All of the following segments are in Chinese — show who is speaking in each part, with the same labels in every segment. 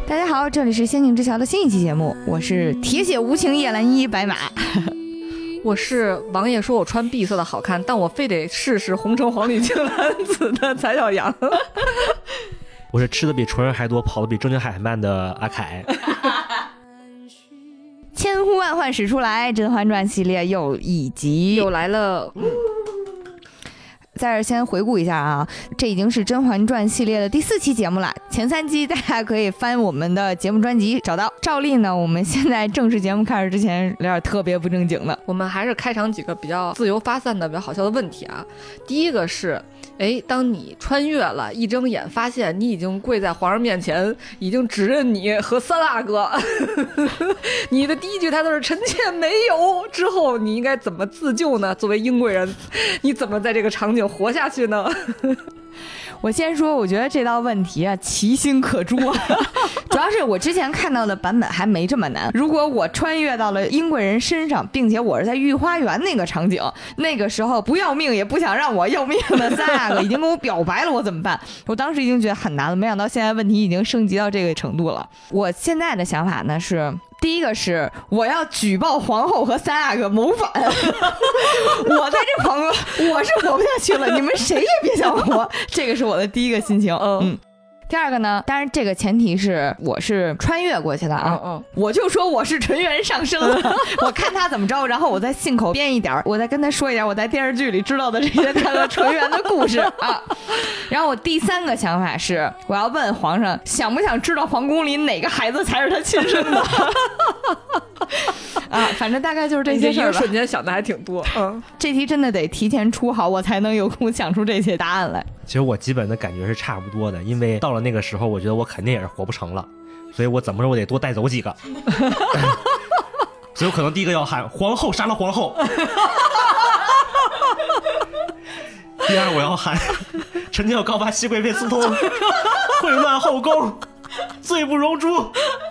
Speaker 1: 大家好，这里是仙境之桥的新一期节目，我是铁血无情叶澜依白马。
Speaker 2: 我是王爷说我穿碧色的好看，但我非得试试红橙黄绿青蓝紫的蔡小阳。
Speaker 3: 我是吃的比纯人还多，跑的比正经海慢的阿凯。
Speaker 1: 千呼万唤始出来，《甄嬛传》系列又一集
Speaker 2: 又来了。
Speaker 1: 在这先回顾一下啊，这已经是《甄嬛传》系列的第4期节目了。前3期大家可以翻我们的节目专辑找到。照例呢，我们现在正式节目开始之前有点特别不正经的，
Speaker 2: 我们还是开场几个比较自由发散的、比较好笑的问题啊。第一个是，当你穿越了，一睁眼发现你已经跪在皇上面前，已经指认你和三阿哥，你的第一句台词是臣妾没有，之后你应该怎么自救呢？作为英贵人，你怎么在这个场景活下去呢？
Speaker 1: 我先说，我觉得这道问题啊，其心可诛啊。主要是我之前看到的版本还没这么难。如果我穿越到了英贵人身上，并且我是在御花园那个场景，那个时候不要命也不想让我要命的三阿哥已经跟我表白了，我怎么办？我当时已经觉得很难了，没想到现在问题已经升级到这个程度了。我现在的想法呢是，第一个是我要举报皇后和三阿哥谋反。我在这皇宫我是活不下去了，你们谁也别想活，这个是我的第一个心情。第二个呢，当然这个前提是我是穿越过去的啊。我就说我是纯元上身了，我看他怎么着，然后我再信口编一点，我再跟他说一点我在电视剧里知道的这些他的纯元的故事啊。然后我第3个想法是，我要问皇上想不想知道皇宫里哪个孩子才是他亲生的。啊，反正大概就是这些事儿吧。
Speaker 2: 瞬间想的还挺多。
Speaker 1: 这题真的得提前出好，我才能有空想出这些答案来。
Speaker 3: 其实我基本的感觉是差不多的，因为到了那个时候，我觉得我肯定也是活不成了，所以我怎么说我得多带走几个。所以我可能第一个要喊皇后杀了皇后。第二我要喊臣妾要告发熹贵妃私通，混乱后宫，罪不容诛。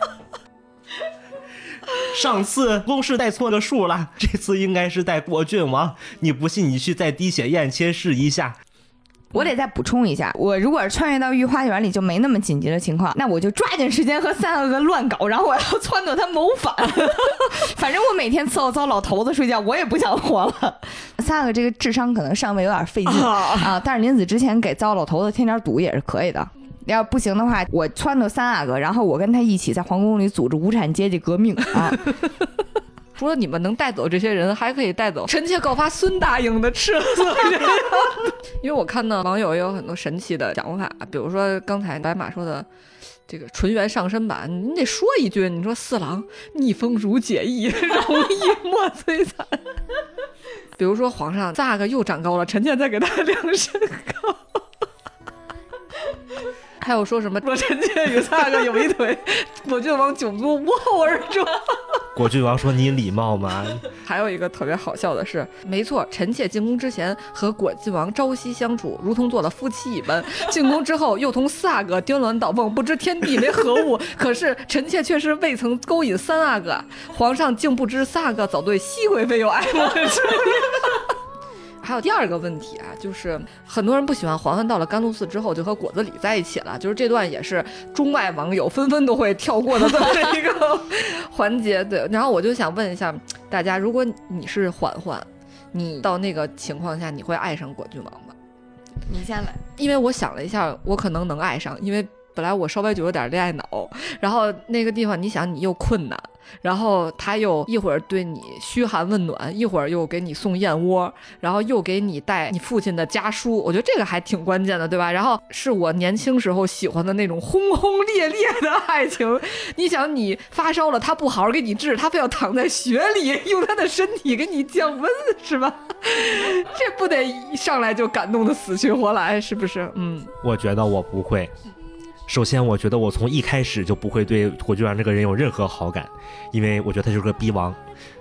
Speaker 3: 上次宫试带错了数了，这次应该是带果郡王。你不信你去再滴血验亲试一下。
Speaker 1: 我得再补充一下，我如果是穿越到御花园里就没那么紧急的情况，那我就抓紧时间和三阿哥乱搞，然后我要撺掇他谋反。反正我每天伺候糟老头子睡觉，我也不想活了。三阿哥这个智商可能上位有点费劲啊，但是临死之前给糟老头子添点堵也是可以的。要不行的话，我撺掇三阿哥，然后我跟他一起在皇宫里组织无产阶级革命啊。
Speaker 2: 除了你们能带走这些人，还可以带走臣妾告发孙大英的赤色人。因为我看到网友也有很多神奇的想法，比如说刚才白马说的这个纯元上身版，你得说一句，你说四郎逆风如解意，容易莫摧残。比如说皇上三阿哥又长高了，臣妾再给他量身高。还有说什么若臣妾与三阿哥有一腿，果郡王囧足无后而终。
Speaker 3: 果郡王说你礼貌吗？
Speaker 2: 还有一个特别好笑的是，没错，臣妾进宫之前和果郡王朝夕相处，如同做了夫妻一般，进宫之后又同四阿哥颠鸾倒凤，不知天地为何物。可是臣妾却是未曾勾引三阿哥，皇上竟不知三阿哥早对熹贵妃有爱慕之情。还有第二个问题啊，就是很多人不喜欢嬛嬛到了甘露寺之后就和果子狸在一起了，就是这段也是中外网友纷纷都会跳过的这么一个环节。对，然后我就想问一下大家，如果你是嬛嬛，你到那个情况下你会爱上果郡王吗？
Speaker 1: 你先来。
Speaker 2: 因为我想了一下，我可能能爱上，因为本来我稍微就有点恋爱脑，然后那个地方你想你又困难，然后他又一会儿对你嘘寒问暖，一会儿又给你送燕窝，然后又给你带你父亲的家书，我觉得这个还挺关键的，对吧？然后是我年轻时候喜欢的那种轰轰烈烈的爱情。你想你发烧了，他不好好给你治，他非要躺在雪里用他的身体给你降温，是吧？这不得一上来就感动的死去活来，是不是？
Speaker 3: 我觉得我不会。首先我觉得我从一开始就不会对果郡王这个人有任何好感，因为我觉得他就是个逼王。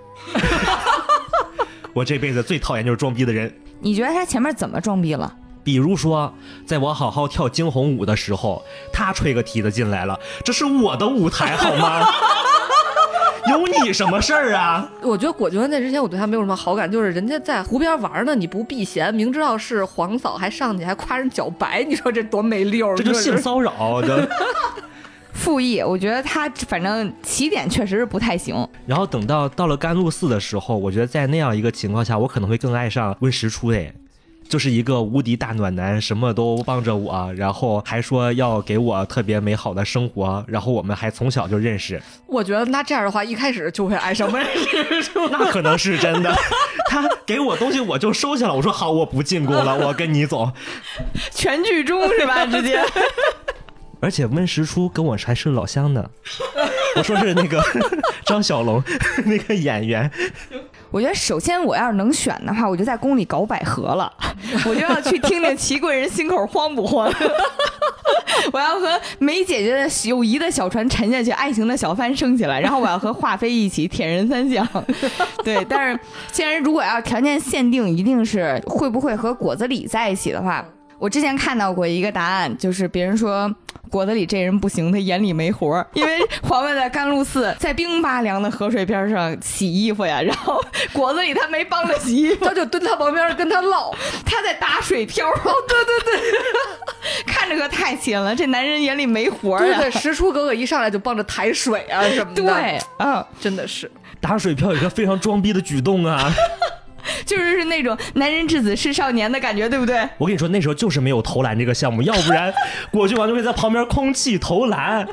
Speaker 3: 我这辈子最讨厌就是装逼的人。
Speaker 1: 你觉得他前面怎么装逼了？
Speaker 3: 比如说在我好好跳惊鸿舞的时候，他吹个笛子进来了，这是我的舞台好吗？有你什么事儿啊？
Speaker 2: 我觉得果郡王在之前我对他没有什么好感，就是人家在湖边玩呢，你不避嫌，明知道是皇嫂还上去还夸人脚白，你说这多没溜儿，
Speaker 3: 这就性骚扰。
Speaker 1: 傅毅，我觉得他反正起点确实是不太行。
Speaker 3: 然后等到了甘露寺的时候，我觉得在那样一个情况下，我可能会更爱上温实初诶。就是一个无敌大暖男，什么都帮着我，然后还说要给我特别美好的生活，然后我们还从小就认识。
Speaker 2: 我觉得那这样的话，一开始就会爱上温实初。
Speaker 3: 那可能是真的。他给我东西我就收下了，我说好，我不进宫了，我跟你走。
Speaker 1: 全剧终是吧？直接。
Speaker 3: 而且温实初跟我还是老乡呢。我说是那个张小龙那个演员。
Speaker 1: 我觉得首先我要是能选的话，我就在宫里搞百合了，我就要去听听齐贵人心口慌不慌。我要和梅姐姐的友谊的小船沉下去，爱情的小帆升起来，然后我要和华妃一起铁人三项。对，但是既然如果要条件限定，一定是会不会和果子狸在一起的话，我之前看到过一个答案，就是别人说果子狸这人不行，他眼里没活。因为皇上在甘露寺在冰巴凉的河水边上洗衣服呀，然后果子狸他没帮着洗衣服，
Speaker 2: 他就蹲他旁边跟他唠，
Speaker 1: 他在打水漂。哦，对对对，看着可太亲了，这男人眼里没活呀。
Speaker 2: 对，实初哥哥一上来就帮着抬水啊什么的。
Speaker 1: 对，
Speaker 2: 真的是
Speaker 3: 打水漂有一个非常装逼的举动啊。
Speaker 1: 就是那种男人至死是少年的感觉，对不对？
Speaker 3: 我跟你说，那时候就是没有投篮这个项目，要不然果郡王就会在旁边空气投篮。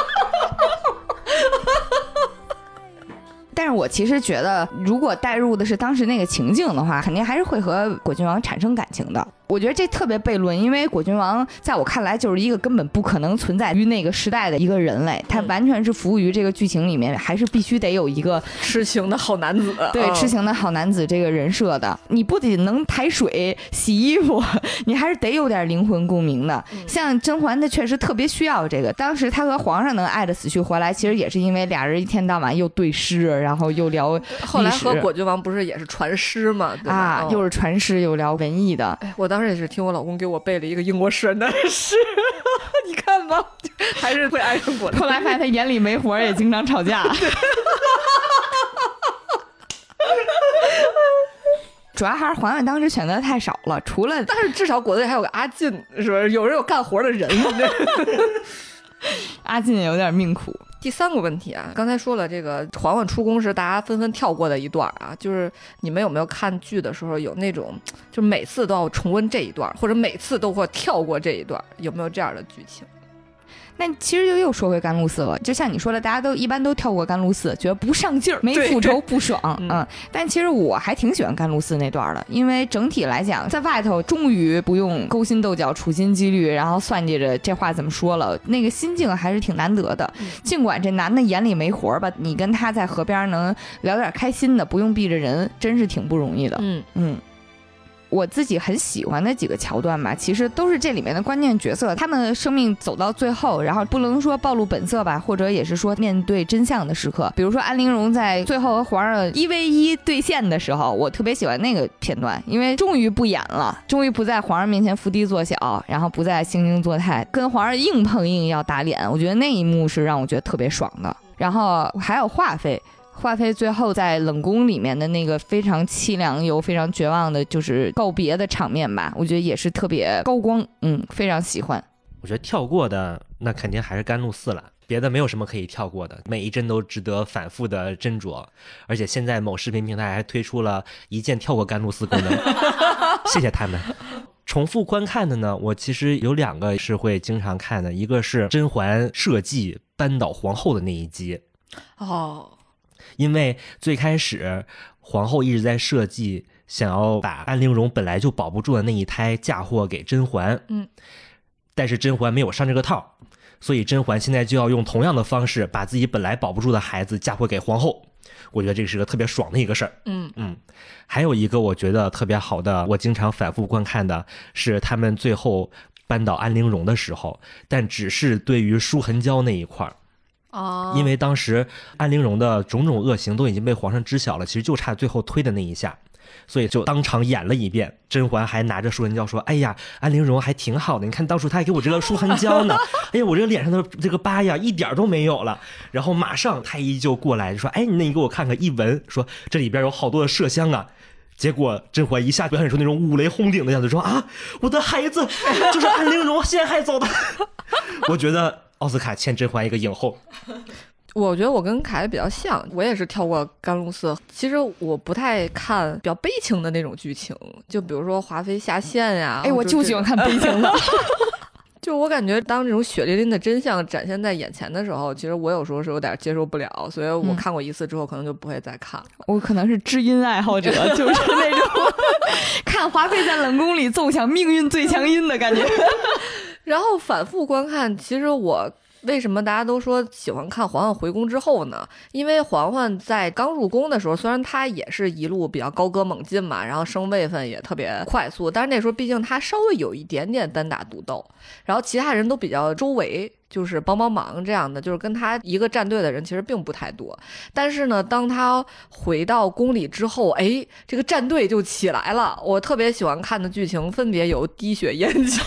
Speaker 1: 但是我其实觉得，如果带入的是当时那个情境的话，肯定还是会和果郡王产生感情的。我觉得这特别悖论，因为果郡王在我看来就是一个根本不可能存在于那个时代的一个人类，他完全是服务于这个剧情里面，还是必须得有一个
Speaker 2: 痴情的好男子。
Speaker 1: 对，痴情的好男子这个人设的，你不仅能抬水洗衣服，你还是得有点灵魂共鸣的。像甄嬛，她确实特别需要这个。当时她和皇上能爱得死去活来，其实也是因为俩人一天到晚又对诗，然后又聊历史。
Speaker 2: 后来和果郡王不是也是传诗嘛？对吧？
Speaker 1: 啊，又是传诗又聊文艺的。
Speaker 2: 哎，我当时也是听我老公给我背了一个英国诗人的诗，你看吧，还是会爱上果。
Speaker 1: 后来发现他眼里没活，也经常吵架。主要还是嬛嬛当时选择太少了，除了
Speaker 2: 但是至少果子里还有个阿进，是不是？有人有干活的人。
Speaker 1: 阿进也有点命苦。
Speaker 2: 第三个问题啊，刚才说了，这个嬛嬛出宫时大家纷纷跳过的一段啊，就是你们有没有看剧的时候有那种，就每次都要重温这一段，或者每次都会跳过这一段，有没有这样的剧情？
Speaker 1: 那其实又说回甘露寺了，就像你说的，大家都一般都跳过甘露寺，觉得不上劲儿，没复仇不爽。但其实我还挺喜欢甘露寺那段的，因为整体来讲，在外头终于不用勾心斗角、处心积虑，然后算计着这话怎么说了，那个心境还是挺难得的。尽管这男的眼里没活吧，你跟他在河边能聊点开心的，不用避着人，真是挺不容易的。我自己很喜欢的几个桥段吧，其实都是这里面的关键角色，他们的生命走到最后，然后不能说暴露本色吧，或者也是说面对真相的时刻。比如说安陵容在最后和皇上1v1对线的时候，我特别喜欢那个片段，因为终于不演了，终于不在皇上面前伏低作小，然后不再惺惺作态，跟皇上硬碰硬要打脸，我觉得那一幕是让我觉得特别爽的。然后还有华妃最后在冷宫里面的那个非常凄凉又非常绝望的就是告别的场面吧，我觉得也是特别高光，非常喜欢。
Speaker 3: 我觉得跳过的那肯定还是甘露寺了，别的没有什么可以跳过的，每一帧都值得反复的斟酌。而且现在某视频平台还推出了一键跳过甘露寺功能，谢谢他们。重复观看的呢，我其实有2个是会经常看的，一个是甄嬛设计扳倒皇后的那一集。因为最开始皇后一直在设计想要把安陵容本来就保不住的那一胎嫁祸给甄嬛，但是甄嬛没有上这个套，所以甄嬛现在就要用同样的方式把自己本来保不住的孩子嫁祸给皇后。我觉得这是个特别爽的一个事儿。还有一个我觉得特别好的，我经常反复观看的是他们最后扳倒安陵容的时候，但只是对于舒痕娇那一块儿。因为当时安陵容的种种恶行都已经被皇上知晓了，其实就差最后推的那一下，所以就当场演了一遍。甄嬛还拿着舒痕娇说，哎呀，安陵容还挺好的，你看当初她还给我这个舒痕娇呢，哎呀，我这个脸上的这个疤呀一点都没有了。然后马上太医就过来说，哎，那你给我看看，一闻说这里边有好多的麝香啊。结果甄嬛一下表现出那种五雷轰顶的样子，说啊，我的孩子就是安陵容陷害走的。我觉得奥斯卡欠甄嬛一个影后。
Speaker 2: 我觉得我跟凯比较像，我也是跳过甘露寺。其实我不太看比较悲情的那种剧情，就比如说华妃下线呀。
Speaker 1: 我就喜欢看悲情的。
Speaker 2: 就我感觉，当这种血淋淋的真相展现在眼前的时候，其实我有时候是有点接受不了，所以我看过一次之后，可能就不会再看。
Speaker 1: 我可能是知音爱好者，就是那种看华妃在冷宫里奏响命运最强音的感觉。
Speaker 2: 然后反复观看，其实我为什么大家都说喜欢看嬛嬛回宫之后呢？因为嬛嬛在刚入宫的时候，虽然她也是一路比较高歌猛进嘛，然后升位分也特别快速，但是那时候毕竟她稍微有一点点单打独斗，然后其他人都比较周围就是帮忙这样的，就是跟她一个战队的人其实并不太多。但是呢，当她回到宫里之后，这个战队就起来了。我特别喜欢看的剧情分别有滴血验亲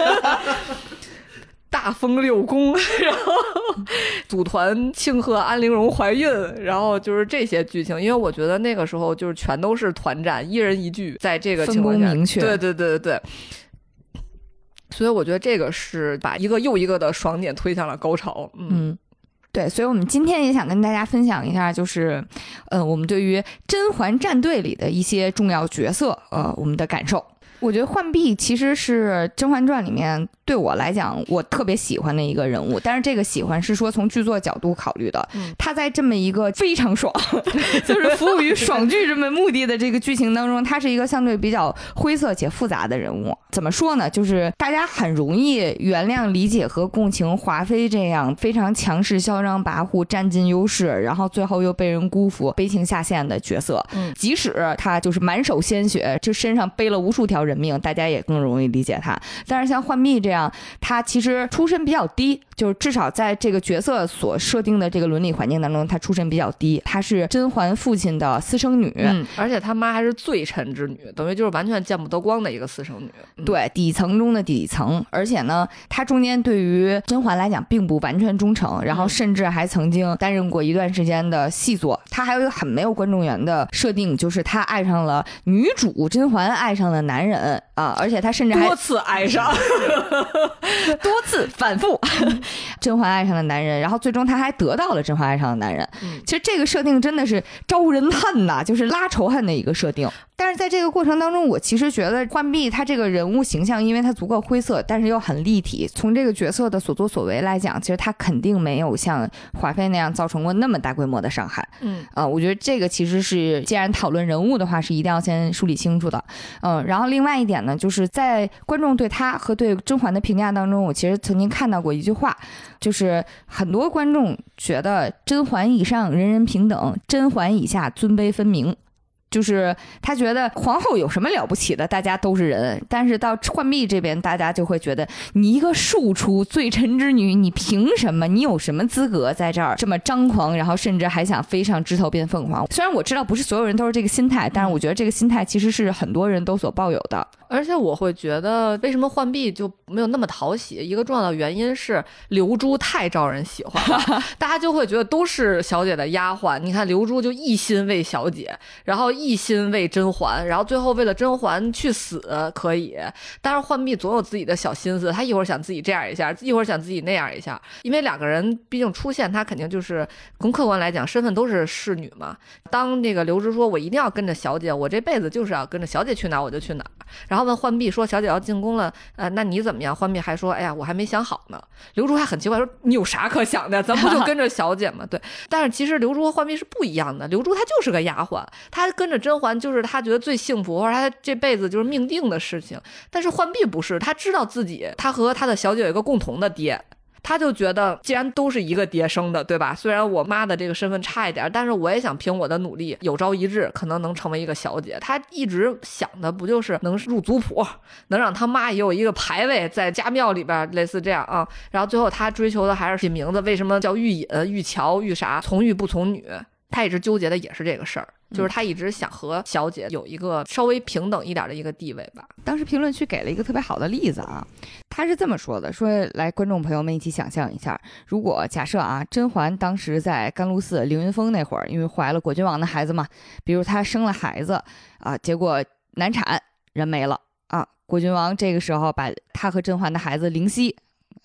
Speaker 2: 大封六宫，然后组团庆贺安陵容怀孕，然后就是这些剧情。因为我觉得那个时候就是全都是团战，一人一剧，在这个情况下
Speaker 1: 分工明确。
Speaker 2: 对，所以我觉得这个是把一个又一个的爽点推向了高潮。
Speaker 1: 对，所以我们今天也想跟大家分享一下，就是我们对于甄嬛战队里的一些重要角色我们的感受。我觉得浣碧其实是《甄嬛传》里面对我来讲我特别喜欢的一个人物，但是这个喜欢是说从剧作角度考虑的，他在这么一个非常爽就是服务于爽剧这么目的的这个剧情当中，他是一个相对比较灰色且复杂的人物。怎么说呢，就是大家很容易原谅理解和共情华妃这样非常强势嚣张跋扈占尽优势，然后最后又被人辜负悲情下线的角色，即使他就是满手鲜血，就身上背了无数条人命，大家也更容易理解他。但是像浣碧这样，他其实出身比较低，就是至少在这个角色所设定的这个伦理环境当中，他出身比较低。他是甄嬛父亲的私生女，
Speaker 2: 而且他妈还是罪臣之女，等于就是完全见不得光的一个私生女。
Speaker 1: 对，底层中的底层。而且呢，他中间对于甄嬛来讲并不完全忠诚，然后甚至还曾经担任过一段时间的细作。他还有一个很没有观众缘的设定，就是他爱上了女主甄嬛爱上了男人而且他甚至还
Speaker 2: 多次爱上
Speaker 1: 多次反复甄嬛爱上了男人，然后最终他还得到了甄嬛爱上的男人。其实这个设定真的是招人恨呐，就是拉仇恨的一个设定。但是在这个过程当中，我其实觉得浣碧他这个人物形象，因为他足够灰色，但是又很立体。从这个角色的所作所为来讲，其实他肯定没有像华妃那样造成过那么大规模的伤害。我觉得这个其实是既然讨论人物的话，是一定要先梳理清楚的。然后另外一点呢，就是在观众对他和对甄嬛的评价当中，我其实曾经看到过一句话，就是很多观众觉得甄嬛以上人人平等，甄嬛以下尊卑分明。就是他觉得皇后有什么了不起的，大家都是人，但是到浣碧这边，大家就会觉得你一个庶出罪臣之女，你凭什么，你有什么资格在这儿这么张狂，然后甚至还想飞上枝头变凤凰。虽然我知道不是所有人都是这个心态，但是我觉得这个心态其实是很多人都所抱有的。
Speaker 2: 而且我会觉得为什么浣碧就没有那么讨喜，一个重要的原因是刘珠太招人喜欢了大家就会觉得都是小姐的丫鬟。你看刘珠就一心为小姐，然后一心为甄嬛，然后最后为了甄嬛去死可以，但是浣碧总有自己的小心思，她一会儿想自己这样一下，一会儿想自己那样一下。因为两个人毕竟出现，她肯定就是从客观来讲身份都是侍女嘛。当这个刘珠说我一定要跟着小姐，我这辈子就是要跟着小姐去哪我就去哪，然后问浣碧说小姐要进宫了那你怎么样？浣碧还说哎呀我还没想好呢。刘珠还很奇怪说你有啥可想的，咱不就跟着小姐吗？对，但是其实刘珠和浣碧是不一样的。刘珠她就是个丫鬟，她跟着甄嬛就是她觉得最幸福或者她这辈子就是命定的事情。但是浣碧不是，她知道自己她和她的小姐有一个共同的爹，他就觉得既然都是一个爹生的，对吧？虽然我妈的这个身份差一点，但是我也想凭我的努力有朝一日可能能成为一个小姐。他一直想的不就是能入族谱，能让他妈也有一个牌位在家庙里边，类似这样啊。然后最后他追求的还是起名字，为什么叫玉隐、玉乔、玉啥，从玉不从女，他一直纠结的也是这个事儿。就是他一直想和小姐有一个稍微平等一点的一个地位吧。
Speaker 1: 当时评论区给了一个特别好的例子啊，他是这么说的，说来观众朋友们一起想象一下，如果假设甄嬛当时在甘露寺凌云峰那会儿，因为怀了果郡王的孩子嘛，比如她生了孩子结果难产，人没了果郡王这个时候把她和甄嬛的孩子灵犀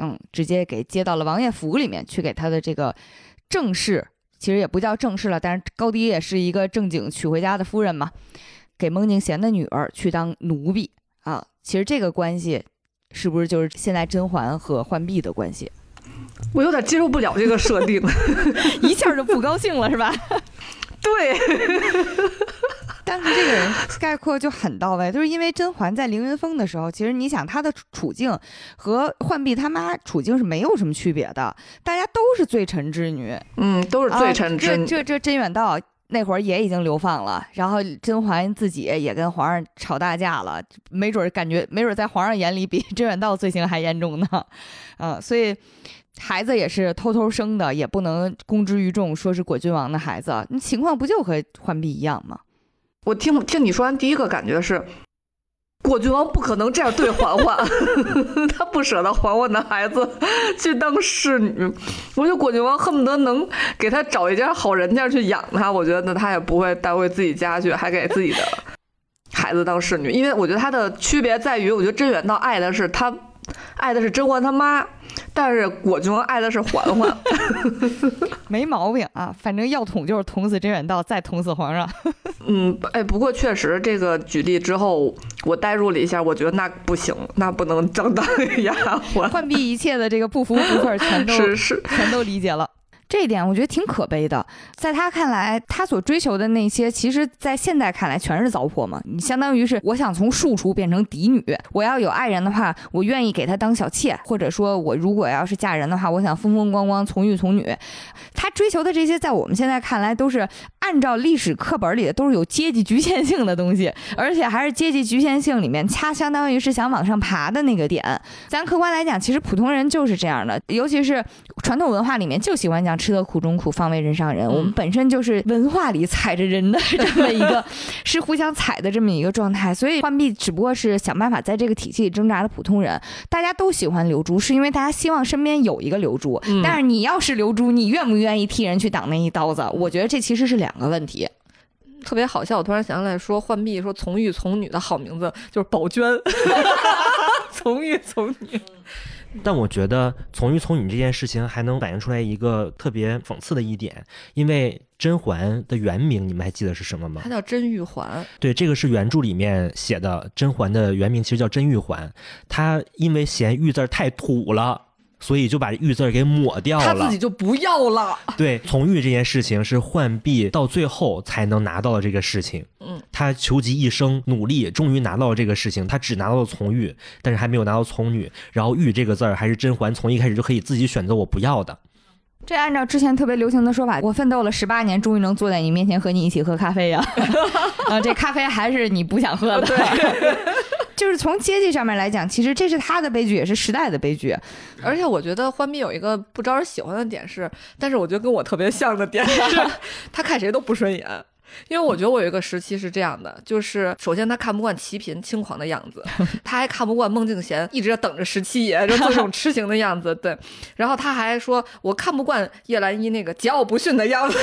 Speaker 1: 直接给接到了王爷府里面去，给他的这个正室，其实也不叫正室了，但是高低也是一个正经娶回家的夫人嘛，给孟静娴的女儿去当奴婢啊。其实这个关系是不是就是现在甄嬛和浣碧的关系？
Speaker 2: 我有点接受不了这个设定，
Speaker 1: 一下就不高兴了是吧？
Speaker 2: 对。
Speaker 1: 但是这个人概括就很到位，就是因为甄嬛在凌云峰的时候，其实你想她的处境和浣碧他妈处境是没有什么区别的，大家都是罪臣之女，
Speaker 2: 都是罪臣之女。
Speaker 1: 这甄远道那会儿也已经流放了，然后甄嬛自己也跟皇上吵大架了，没准在皇上眼里比甄远道罪行还严重呢，所以孩子也是偷偷生的，也不能公之于众，说是果郡王的孩子，那情况不就和浣碧一样吗？
Speaker 2: 我听你说完，第一个感觉是，果郡王不可能这样对嬛嬛，他不舍得嬛嬛的孩子去当侍女。我觉得果郡王恨不得能给他找一家好人家去养他，我觉得那他也不会带回自己家去，还给自己的孩子当侍女。因为我觉得他的区别在于，我觉得甄远道爱的是甄嬛他妈，但是果郡王爱的是嬛嬛。
Speaker 1: 没毛病啊，反正要捅就是捅死甄远道，再捅死皇上。
Speaker 2: 不过确实这个举例之后，我代入了一下，我觉得那不行，那不能正当丫鬟。
Speaker 1: 浣碧一切的这个不服不忿全都理解了。这一点我觉得挺可悲的，在他看来，他所追求的那些，其实在现在看来全是糟粕嘛。你相当于是我想从庶出变成嫡女，我要有爱人的话，我愿意给他当小妾，或者说我如果要是嫁人的话，我想风风光光从玉从女。他追求的这些，在我们现在看来都是按照历史课本里的，都是有阶级局限性的东西，而且还是阶级局限性里面，它相当于是想往上爬的那个点。咱客观来讲，其实普通人就是这样的，尤其是传统文化里面就喜欢讲吃得苦中苦，方为人上人。我们本身就是文化里踩着人的这么一个是互相踩的这么一个状态，所以浣碧只不过是想办法在这个体系里挣扎的普通人。大家都喜欢刘珠，是因为大家希望身边有一个刘珠，但是你要是刘珠，你愿不愿意替人去挡那一刀子？我觉得这其实是两个问题。
Speaker 2: 特别好笑，我突然想起来说浣碧说从玉从女的好名字就是宝娟。从玉从女。
Speaker 3: 但我觉得从玉从女这件事情还能反映出来一个特别讽刺的一点，因为甄嬛的原名你们还记得是什么吗？
Speaker 2: 她叫甄玉环。
Speaker 3: 对，这个是原著里面写的，甄嬛的原名其实叫甄玉环。她因为嫌玉字太土了，所以就把玉字给抹掉了，
Speaker 2: 他自己就不要了。
Speaker 3: 对，从玉这件事情是浣碧到最后才能拿到了这个事情。他求极一生努力，终于拿到了这个事情。他只拿到了从玉，但是还没有拿到从女。然后玉这个字还是甄嬛从一开始就可以自己选择我不要的。
Speaker 1: 这按照之前特别流行的说法，我奋斗了18年，终于能坐在你面前和你一起喝咖啡呀！这咖啡还是你不想喝的。对。就是从阶级上面来讲，其实这是他的悲剧，也是时代的悲剧。
Speaker 2: 而且我觉得浣碧有一个不招人喜欢的点是，但是我觉得跟我特别像的点是，他看谁都不顺眼。因为我觉得我有一个时期是这样的，就是首先他看不惯齐嫔轻狂的样子，他还看不惯孟静娴一直在等着17爷，就这种痴情的样子。对，然后他还说我看不惯叶澜依那个桀骜不驯的样子。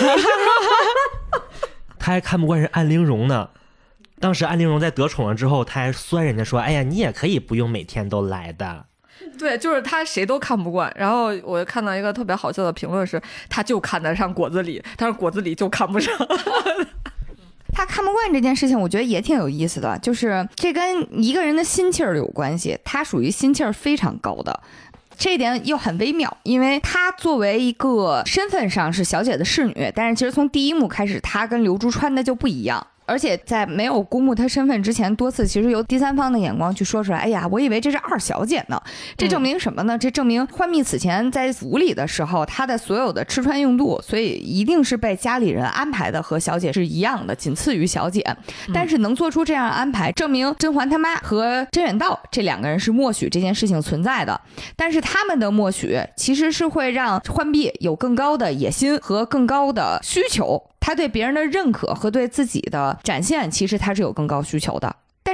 Speaker 3: 他还看不惯是安陵容呢。当时安陵容在得宠了之后，他还酸人家说：“哎呀，你也可以不用每天都来的。”
Speaker 2: 对，就是他谁都看不惯。然后我看到一个特别好笑的评论是，他就看得上果子狸，但是果子狸就看不上。
Speaker 1: 他看不惯这件事情，我觉得也挺有意思的，就是这跟一个人的心气儿有关系，他属于心气儿非常高的。这一点又很微妙，因为她作为一个身份上是小姐的侍女，但是其实从第一幕开始，她跟刘珠穿的就不一样。而且在没有公布她身份之前，多次其实由第三方的眼光去说出来，哎呀，我以为这是二小姐呢。这证明什么呢？这证明浣碧此前在府里的时候，她的所有的吃穿用度，所以一定是被家里人安排的和小姐是一样的，仅次于小姐。但是能做出这样的安排，证明甄嬛他妈和甄远道这两个人是默许这件事情存在的。但是他们的默许其实是会让浣碧有更高的野心和更高的需求。他对别人的认可和对自己的展现，其实他是有更高需求的。但是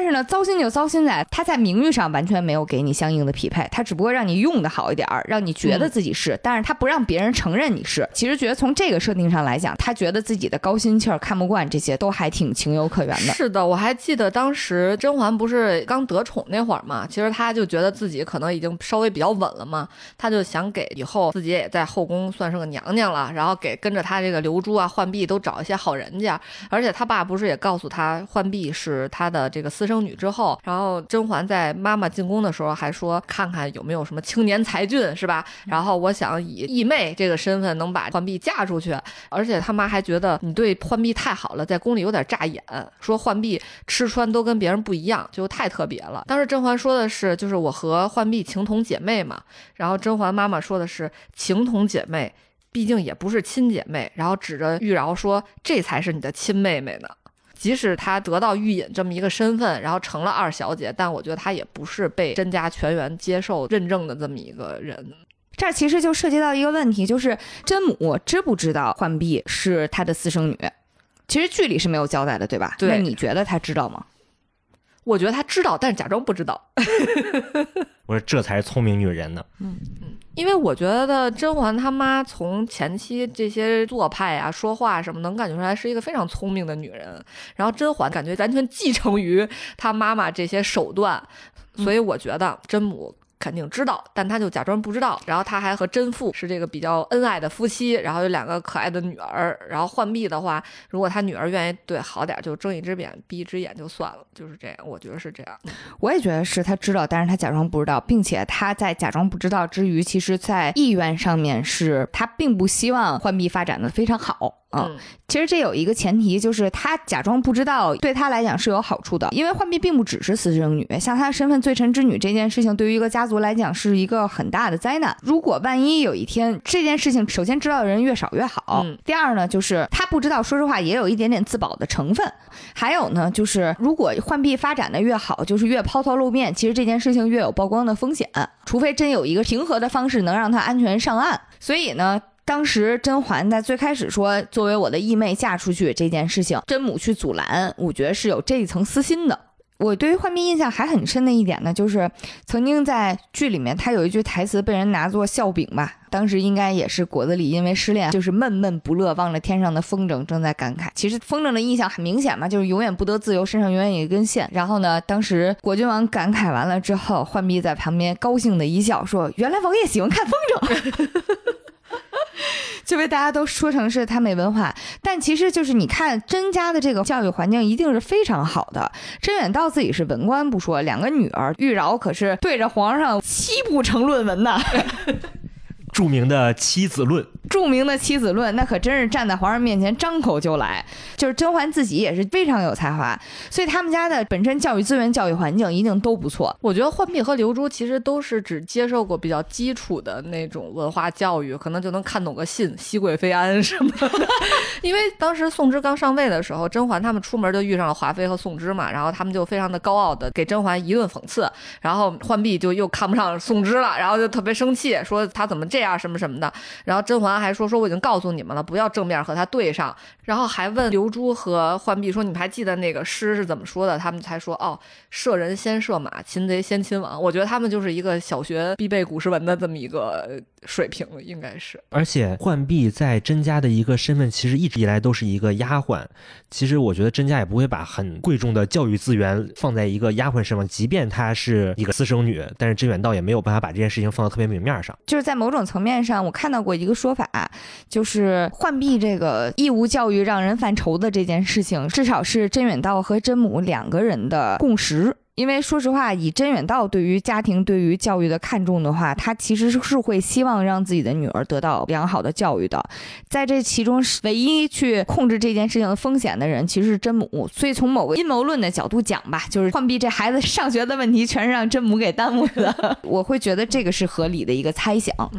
Speaker 1: 是呢，糟心就糟心在他在名誉上完全没有给你相应的匹配，他只不过让你用的好一点，让你觉得自己是，但是他不让别人承认你是。其实觉得从这个设定上来讲，他觉得自己的高心气儿看不惯，这些都还挺情有可原的。
Speaker 2: 是的，我还记得当时甄嬛不是刚得宠那会儿嘛，其实他就觉得自己可能已经稍微比较稳了嘛，他就想给以后自己也在后宫算是个娘娘了，然后给跟着他这个流珠啊、浣碧都找一些好人家。而且他爸不是也告诉他浣碧是他的这个私生女之后，然后甄嬛在妈妈进宫的时候还说看看有没有什么青年才俊是吧，然后我想以义妹这个身份能把浣碧嫁出去。而且他妈还觉得你对浣碧太好了，在宫里有点扎眼，说浣碧吃穿都跟别人不一样，就太特别了。当时甄嬛说的是就是我和浣碧情同姐妹嘛，然后甄嬛妈妈说的是情同姐妹毕竟也不是亲姐妹，然后指着玉娆说这才是你的亲妹妹呢。即使她得到玉隐这么一个身份，然后成了二小姐，但我觉得她也不是被甄家全员接受认证的这么一个人。
Speaker 1: 这其实就涉及到一个问题，就是甄母知不知道浣碧是她的私生女？其实剧里是没有交代的，对吧？
Speaker 2: 对。
Speaker 1: 那你觉得她知道吗？
Speaker 2: 我觉得她知道，但是假装不知道。
Speaker 3: 我说这才是聪明女人呢。
Speaker 2: 因为我觉得甄嬛她妈从前期这些做派啊、说话什么，能感觉出来是一个非常聪明的女人。然后甄嬛感觉完全继承于她妈妈这些手段，所以我觉得甄母肯定知道，但他就假装不知道。然后他还和甄父是这个比较恩爱的夫妻，然后有2个可爱的女儿。然后浣碧的话，如果他女儿愿意对好点，就睁一只眼闭一只眼就算了，就是这样。我觉得是这样。
Speaker 1: 我也觉得是他知道，但是他假装不知道，并且他在假装不知道之余，其实在意愿上面是他并不希望浣碧发展的非常好。其实这有一个前提，就是他假装不知道对他来讲是有好处的，因为浣碧并不只是私生女，像他的身份罪臣之女这件事情对于一个家族来讲是一个很大的灾难。如果万一有一天这件事情，首先知道的人越少越好，第二呢就是他不知道，说实话也有一点点自保的成分。还有呢就是如果浣碧发展的越好，就是越抛头露面，其实这件事情越有曝光的风险，除非真有一个平和的方式能让他安全上岸。所以呢当时甄嬛在最开始说作为我的义妹嫁出去这件事情，甄母去阻拦，我觉得是有这一层私心的。我对于浣碧印象还很深的一点呢，就是曾经在剧里面他有一句台词被人拿作笑柄吧，当时应该也是果子狸因为失恋就是闷闷不乐，望着天上的风筝正在感慨。其实风筝的印象很明显嘛，就是永远不得自由，身上永远有一根线。然后呢当时果郡王感慨完了之后，浣碧在旁边高兴的一笑说原来王爷喜欢看风筝就被大家都说成是他没文化，但其实就是你看甄家的这个教育环境一定是非常好的。甄远道自己是文官不说，2个女儿玉娆可是对着皇上7部成论文呢
Speaker 3: 著名的妻子论，那可真是站在皇上面前张口就来。就是甄嬛自己也是非常有才华，所以他们家的本身教育资源、教育环境一定都不错。
Speaker 2: 我觉得浣碧和流珠其实都是只接受过比较基础的那种文化教育，可能就能看懂个信熹贵妃安什么的因为当时宋芝刚上位的时候，甄嬛他们出门就遇上了华妃和宋芝嘛，然后他们就非常的高傲的给甄嬛一顿讽刺，然后浣碧就又看不上宋芝了，然后就特别生气，说他怎么这样什么什么的。然后甄嬛还说我已经告诉你们了，不要正面和他对上，然后还问流珠和浣碧说你们还记得那个诗是怎么说的，他们才说射人先射马，擒贼先擒王。我觉得他们就是一个小学必备古诗文的这么一个水平应该是。
Speaker 3: 而且浣碧在甄家的一个身份其实一直以来都是一个丫鬟，其实我觉得甄家也不会把很贵重的教育资源放在一个丫鬟身上，即便她是一个私生女，但是甄远道也没有办法把这件事情放到特别明面上。
Speaker 1: 就是在某种层面上我看到过一个说法，就是浣碧这个义务教育让人犯愁的这件事情，至少是甄远道和甄母2个人的共识。因为说实话，以甄远道对于家庭对于教育的看重的话，他其实是会希望让自己的女儿得到良好的教育的。在这其中唯一去控制这件事情的风险的人其实是甄母，所以从某个阴谋论的角度讲吧，就是浣碧这孩子上学的问题全是让甄母给耽误的我会觉得这个是合理的一个猜想。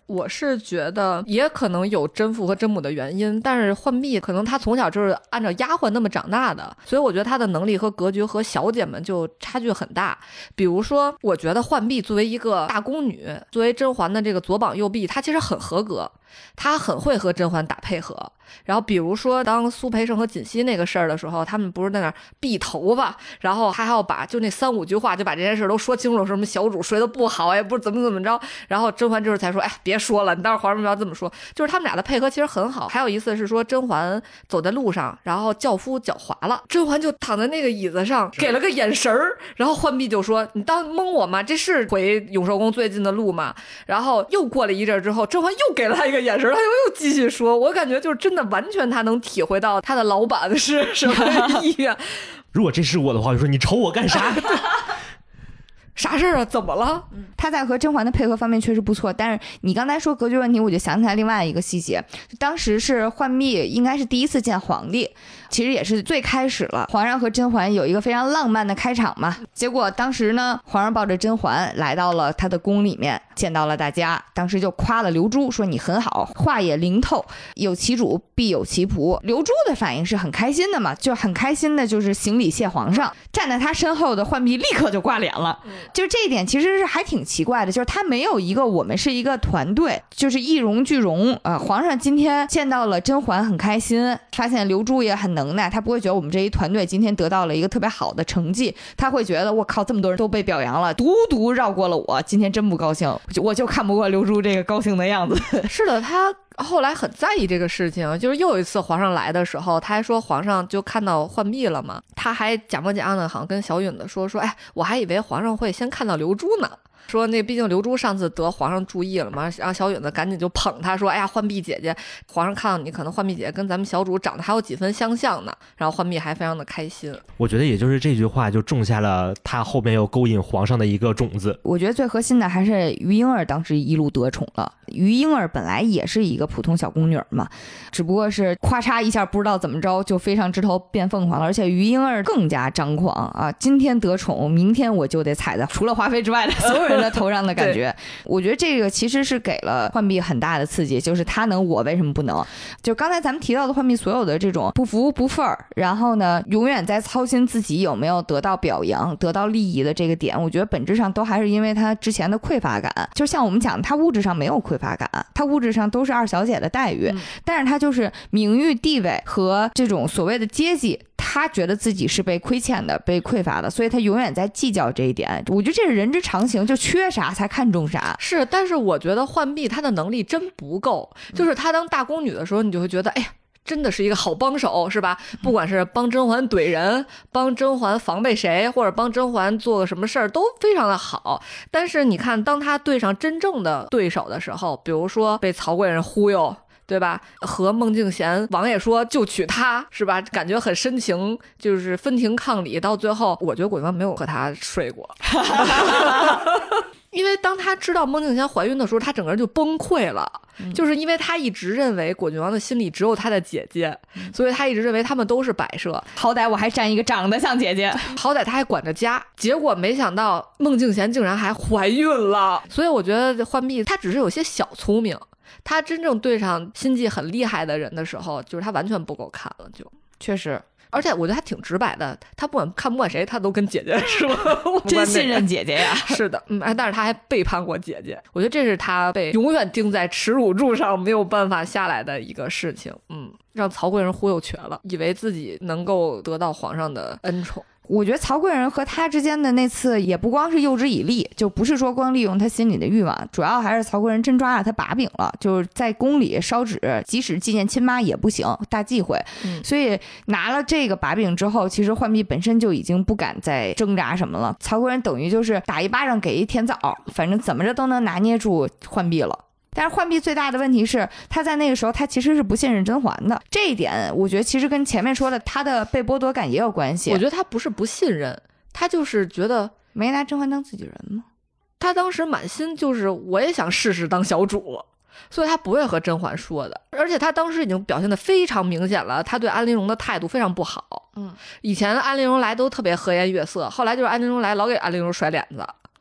Speaker 2: 我是觉得也可能有真父和真母的原因，但是浣碧可能他从小就是按照丫鬟那么长大的，所以我觉得他的能力和格局和小姐们就差距很大。比如说我觉得浣碧作为一个大宫女，作为甄嬛的这个左膀右臂，她其实很合格，她很会和甄嬛打配合。然后比如说当苏培盛和锦汐那个事儿的时候，他们不是在那儿避头发，然后他还要把就那3-5句话就把这件事都说清楚，什么小主睡得不好，也不是怎么着，然后甄嬛这时候才说，哎，别说了，你当时皇上不要这么说。就是他们俩的配合其实很好。还有一次是说甄嬛走在路上，然后轿夫脚滑了，甄嬛就躺在那个椅子上给了个眼神儿，然后浣碧就说，你当蒙我吗？这是回永寿宫最近的路吗？然后又过了一阵之后，甄嬛又给了他一个眼神，他又继续说。我感觉就是真的完全他能体会到他的老板是什么意愿。
Speaker 3: 如果这是我的话，我就说你瞅我干啥？
Speaker 2: 啥事儿啊？怎么了？
Speaker 1: 他在和甄嬛的配合方面确实不错，但是你刚才说格局问题，我就想起来另外一个细节，当时是浣碧应该是第一次见皇帝，其实也是最开始了，皇上和甄嬛有一个非常浪漫的开场嘛。结果当时呢，皇上抱着甄嬛来到了他的宫里面，见到了大家，当时就夸了刘珠，说你很好，话也灵透，有其主必有其仆。刘珠的反应是很开心的嘛，就很开心的就是行礼谢皇上。站在他身后的浣碧立刻就挂脸了，就这一点其实是还挺奇怪的，就是他没有一个我们是一个团队，就是一荣俱荣。皇上今天见到了甄嬛很开心，发现刘珠也很能耐，他不会觉得我们这一团队今天得到了一个特别好的成绩，他会觉得我靠，这么多人都被表扬了，独独绕过了我，今天真不高兴，我就看不过刘珠这个高兴的样子。
Speaker 2: 是的，他后来很在意这个事情，就是又有一次皇上来的时候，他还说皇上就看到浣碧了嘛，他还假模假样的好像跟小允子说，哎，我还以为皇上会先看到刘珠呢。说那毕竟刘珠上次得皇上注意了嘛，然后小允子赶紧就捧他说，哎呀，浣碧姐姐，皇上看到你，可能浣碧姐姐跟咱们小主长得还有几分相像呢。然后浣碧还非常的开心。
Speaker 3: 我觉得也就是这句话就种下了他后面又勾引皇上的一个种子。
Speaker 1: 我觉得最核心的还是于莺儿当时一路得宠了。于莺儿本来也是一个普通小宫女嘛，只不过是咔嚓一下不知道怎么着就飞上枝头变凤凰了，而且于莺儿更加张狂啊！今天得宠，明天我就得踩在除了华妃之外的所有人的头上的感觉。我觉得这个其实是给了浣碧很大的刺激，就是她能，我为什么不能？就刚才咱们提到的浣碧所有的这种不服不忿儿，然后呢永远在操心自己有没有得到表扬、得到利益的这个点，我觉得本质上都还是因为她之前的匮乏感。就像我们讲，她物质上没有匮乏感，她物质上都是二小姐的待遇，但是她就是名誉、地位和这种所谓的阶级，他觉得自己是被亏欠的、被匮乏的，所以他永远在计较这一点。我觉得这是人之常情，就缺啥才看重啥。
Speaker 2: 是，但是我觉得浣碧她的能力真不够，就是她当大宫女的时候，你就会觉得，哎呀，真的是一个好帮手，是吧？不管是帮甄嬛怼人，帮甄嬛防备谁，或者帮甄嬛做个什么事儿，都非常的好。但是你看，当她对上真正的对手的时候，比如说被曹贵人忽悠，对吧？和孟静娴王爷说就娶她，是吧？感觉很深情，就是分庭抗礼，到最后我觉得果郡王没有和他睡过。因为当他知道孟静娴怀孕的时候，他整个人就崩溃了，就是因为他一直认为果郡王的心里只有他的姐姐，所以他一直认为他们都是摆设。
Speaker 1: 好歹我还占一个长得像姐姐，
Speaker 2: 好歹他还管着家，结果没想到孟静娴竟然还怀孕了。所以我觉得浣碧他只是有些小聪明，他真正对上心计很厉害的人的时候，就是他完全不够看了，就
Speaker 1: 确实。
Speaker 2: 而且我觉得他挺直白的，他不管看不惯谁，他都跟姐姐说，
Speaker 1: 真信任姐姐呀。
Speaker 2: 是的，但是他还背叛过姐姐，我觉得这是他被永远钉在耻辱柱上没有办法下来的一个事情。让曹贵人忽悠瘸了，以为自己能够得到皇上的恩宠。
Speaker 1: 我觉得曹贵人和他之间的那次也不光是诱之以利，就不是说光利用他心里的欲望，主要还是曹贵人真抓了他把柄了，就是在宫里烧纸，即使纪念亲妈也不行，大忌讳。所以拿了这个把柄之后，其实浣碧本身就已经不敢再挣扎什么了。曹贵人等于就是打一巴掌给一甜枣，反正怎么着都能拿捏住浣碧了。但是浣碧最大的问题是，他在那个时候他其实是不信任甄嬛的，这一点我觉得其实跟前面说的他的被剥夺感也有关系。
Speaker 2: 我觉得他不是不信任，他就是觉得
Speaker 1: 没拿甄嬛当自己人吗？
Speaker 2: 他当时满心就是我也想试试当小主，所以他不会和甄嬛说的。而且他当时已经表现得非常明显了，他对安陵容的态度非常不好。以前安陵容来都特别和颜悦色，后来就是安陵容来老给安陵容甩脸子。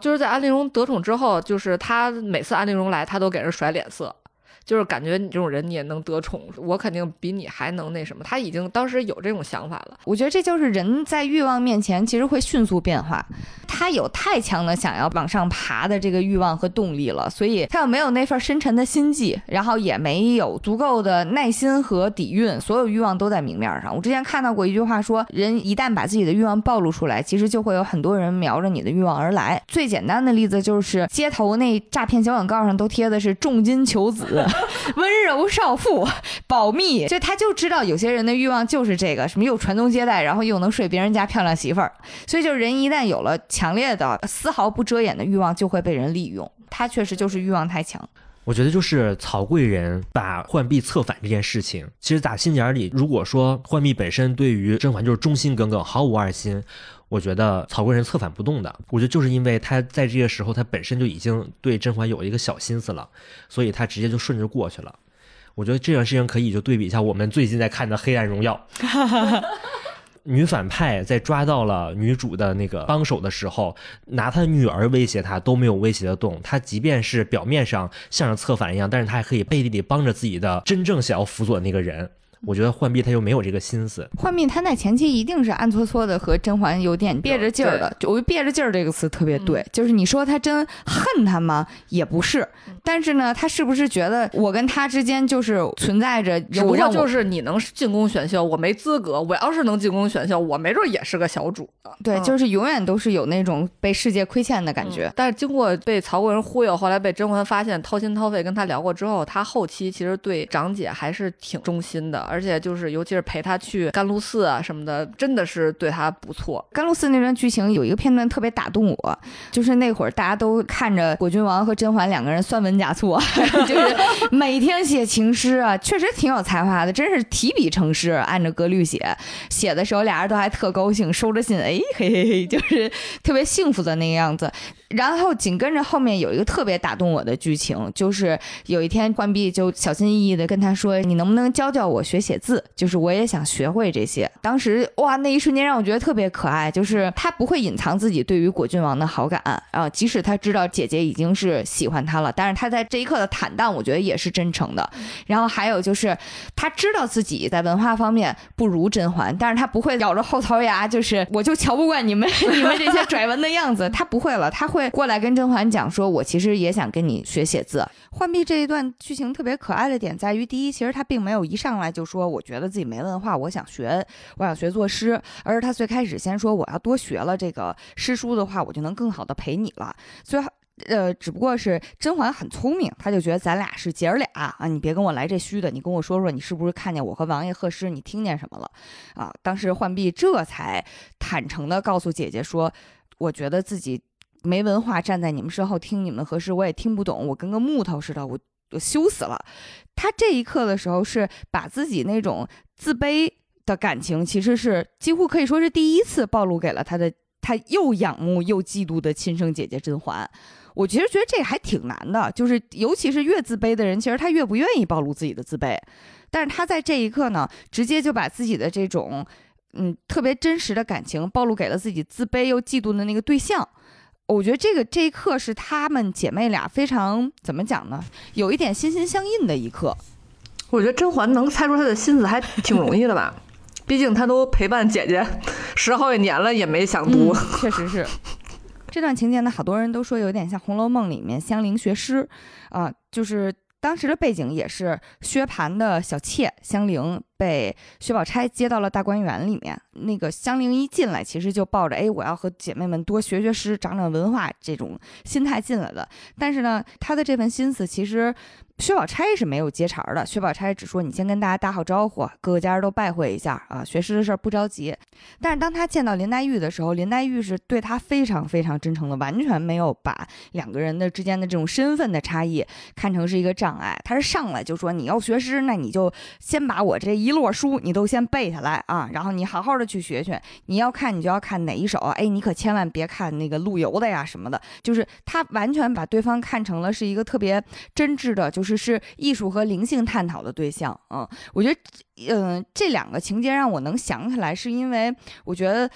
Speaker 2: 就是在安陵容得宠之后，就是他每次安陵容来，他都给人甩脸色。就是感觉你这种人你也能得宠，我肯定比你还能那什么。他已经当时有这种想法了。
Speaker 1: 我觉得这就是人在欲望面前其实会迅速变化，他有太强的想要往上爬的这个欲望和动力了，所以他又没有那份深沉的心计，然后也没有足够的耐心和底蕴，所有欲望都在明面上。我之前看到过一句话说，人一旦把自己的欲望暴露出来，其实就会有很多人瞄着你的欲望而来。最简单的例子就是街头那诈骗小广告上都贴的是重金求子温柔少妇保密，就他就知道有些人的欲望就是这个，什么又传宗接代，然后又能睡别人家漂亮媳妇儿。所以就是人一旦有了强烈的丝毫不遮掩的欲望，就会被人利用。他确实就是欲望太强。
Speaker 3: 我觉得就是曹贵人把浣碧策反这件事情，其实打心眼里，如果说浣碧本身对于甄嬛就是忠心耿耿，毫无二心，我觉得曹贵人策反不动的。我觉得就是因为他在这个时候他本身就已经对甄嬛有一个小心思了，所以他直接就顺着过去了。我觉得这件事情可以就对比一下我们最近在看的《黑暗荣耀》女反派在抓到了女主的那个帮手的时候，拿她女儿威胁她都没有威胁得动。她即便是表面上像是策反一样，但是她还可以背地里帮着自己的真正想要辅佐的那个人。我觉得浣碧她就没有这个心思。
Speaker 1: 浣碧她在前期一定是暗搓搓的和甄嬛有点憋着劲儿的。我觉得憋着劲儿这个词特别对，就是你说她真恨她吗？也不是，但是呢，她是不是觉得我跟她之间就是存在着有
Speaker 2: 不过就是你能进宫选秀，我没资格，我要是能进宫选秀，我没准也是个小主。
Speaker 1: 对，就是永远都是有那种被世界亏欠的感觉。
Speaker 2: 但是经过被曹贵人忽悠，后来被甄嬛发现掏心掏肺跟他聊过之后，他后期其实对长姐还是挺忠心的，而且就是尤其是陪他去甘露寺啊什么的，真的是对他不错。
Speaker 1: 甘露寺那段剧情有一个片段特别打动我，就是那会儿大家都看着果郡王和甄嬛两个人酸文假错，就是每天写情诗啊，确实挺有才华的，真是提笔成诗，按着格律写。写的时候俩人都还特高兴，收着信，哎嘿嘿嘿，就是特别幸福的那个样子。然后紧跟着后面有一个特别打动我的剧情，就是有一天浣碧就小心翼翼的跟他说，你能不能教教我学写字，就是我也想学会这些。当时哇，那一瞬间让我觉得特别可爱，就是他不会隐藏自己对于果郡王的好感啊，即使他知道姐姐已经是喜欢他了，但是他在这一刻的坦荡我觉得也是真诚的。然后还有就是他知道自己在文化方面不如甄嬛，但是他不会咬着后槽牙，就是我就瞧不惯你们这些拽文的样子，他不会了，他会过来跟甄嬛讲说，我其实也想跟你学写字。浣碧这一段剧情特别可爱的点在于，第一，其实他并没有一上来就说我觉得自己没文化，我想学作诗，而是他最开始先说我要多学了这个诗书的话，我就能更好的陪你了。所以只不过是甄嬛很聪明，她就觉得咱俩是姐儿俩啊，你别跟我来这虚的，你跟我说说你是不是看见我和王爷贺诗，你听见什么了啊？当时浣碧这才坦诚的告诉姐姐说，我觉得自己没文化，站在你们身后听你们和诗，我也听不懂，我跟个木头似的，我羞死了。他这一刻的时候是把自己那种自卑的感情，其实是几乎可以说是第一次暴露给了他又仰慕又嫉妒的亲生姐姐甄嬛。我其实觉得这个还挺难的，就是尤其是越自卑的人，其实他越不愿意暴露自己的自卑，但是他在这一刻呢，直接就把自己的这种特别真实的感情暴露给了自己自卑又嫉妒的那个对象。我觉得这一刻是她们姐妹俩非常怎么讲呢，有一点心心相印的一刻。
Speaker 2: 我觉得甄嬛能猜出她的心思还挺容易的吧，毕竟她都陪伴姐姐10好几年了，也没想读。
Speaker 1: 确实是。这段情节呢，好多人都说有点像《红楼梦》里面香菱学诗就是当时的背景也是薛蟠的小妾香菱被薛宝钗接到了大观园里面，那个香菱一进来其实就抱着我要和姐妹们多学学诗长长文化这种心态进来的，但是呢她的这份心思其实薛宝钗是没有接茬的，薛宝钗只说你先跟大家打好招呼，各个家人都拜会一下啊，学诗的事儿不着急。但是当她见到林黛玉的时候，林黛玉是对她非常非常真诚的，完全没有把两个人的之间的这种身份的差异看成是一个障碍。她是上来就说你要学诗，那你就先把我这一摞书你都先背下来啊，然后你好好的去学学，你要看你就要看哪一首，你可千万别看那个陆游的呀什么的。就是她完全把对方看成了是一个特别真挚的，就是艺术和灵性探讨的对象。我觉得这两个情节让我能想起来，是因为我觉得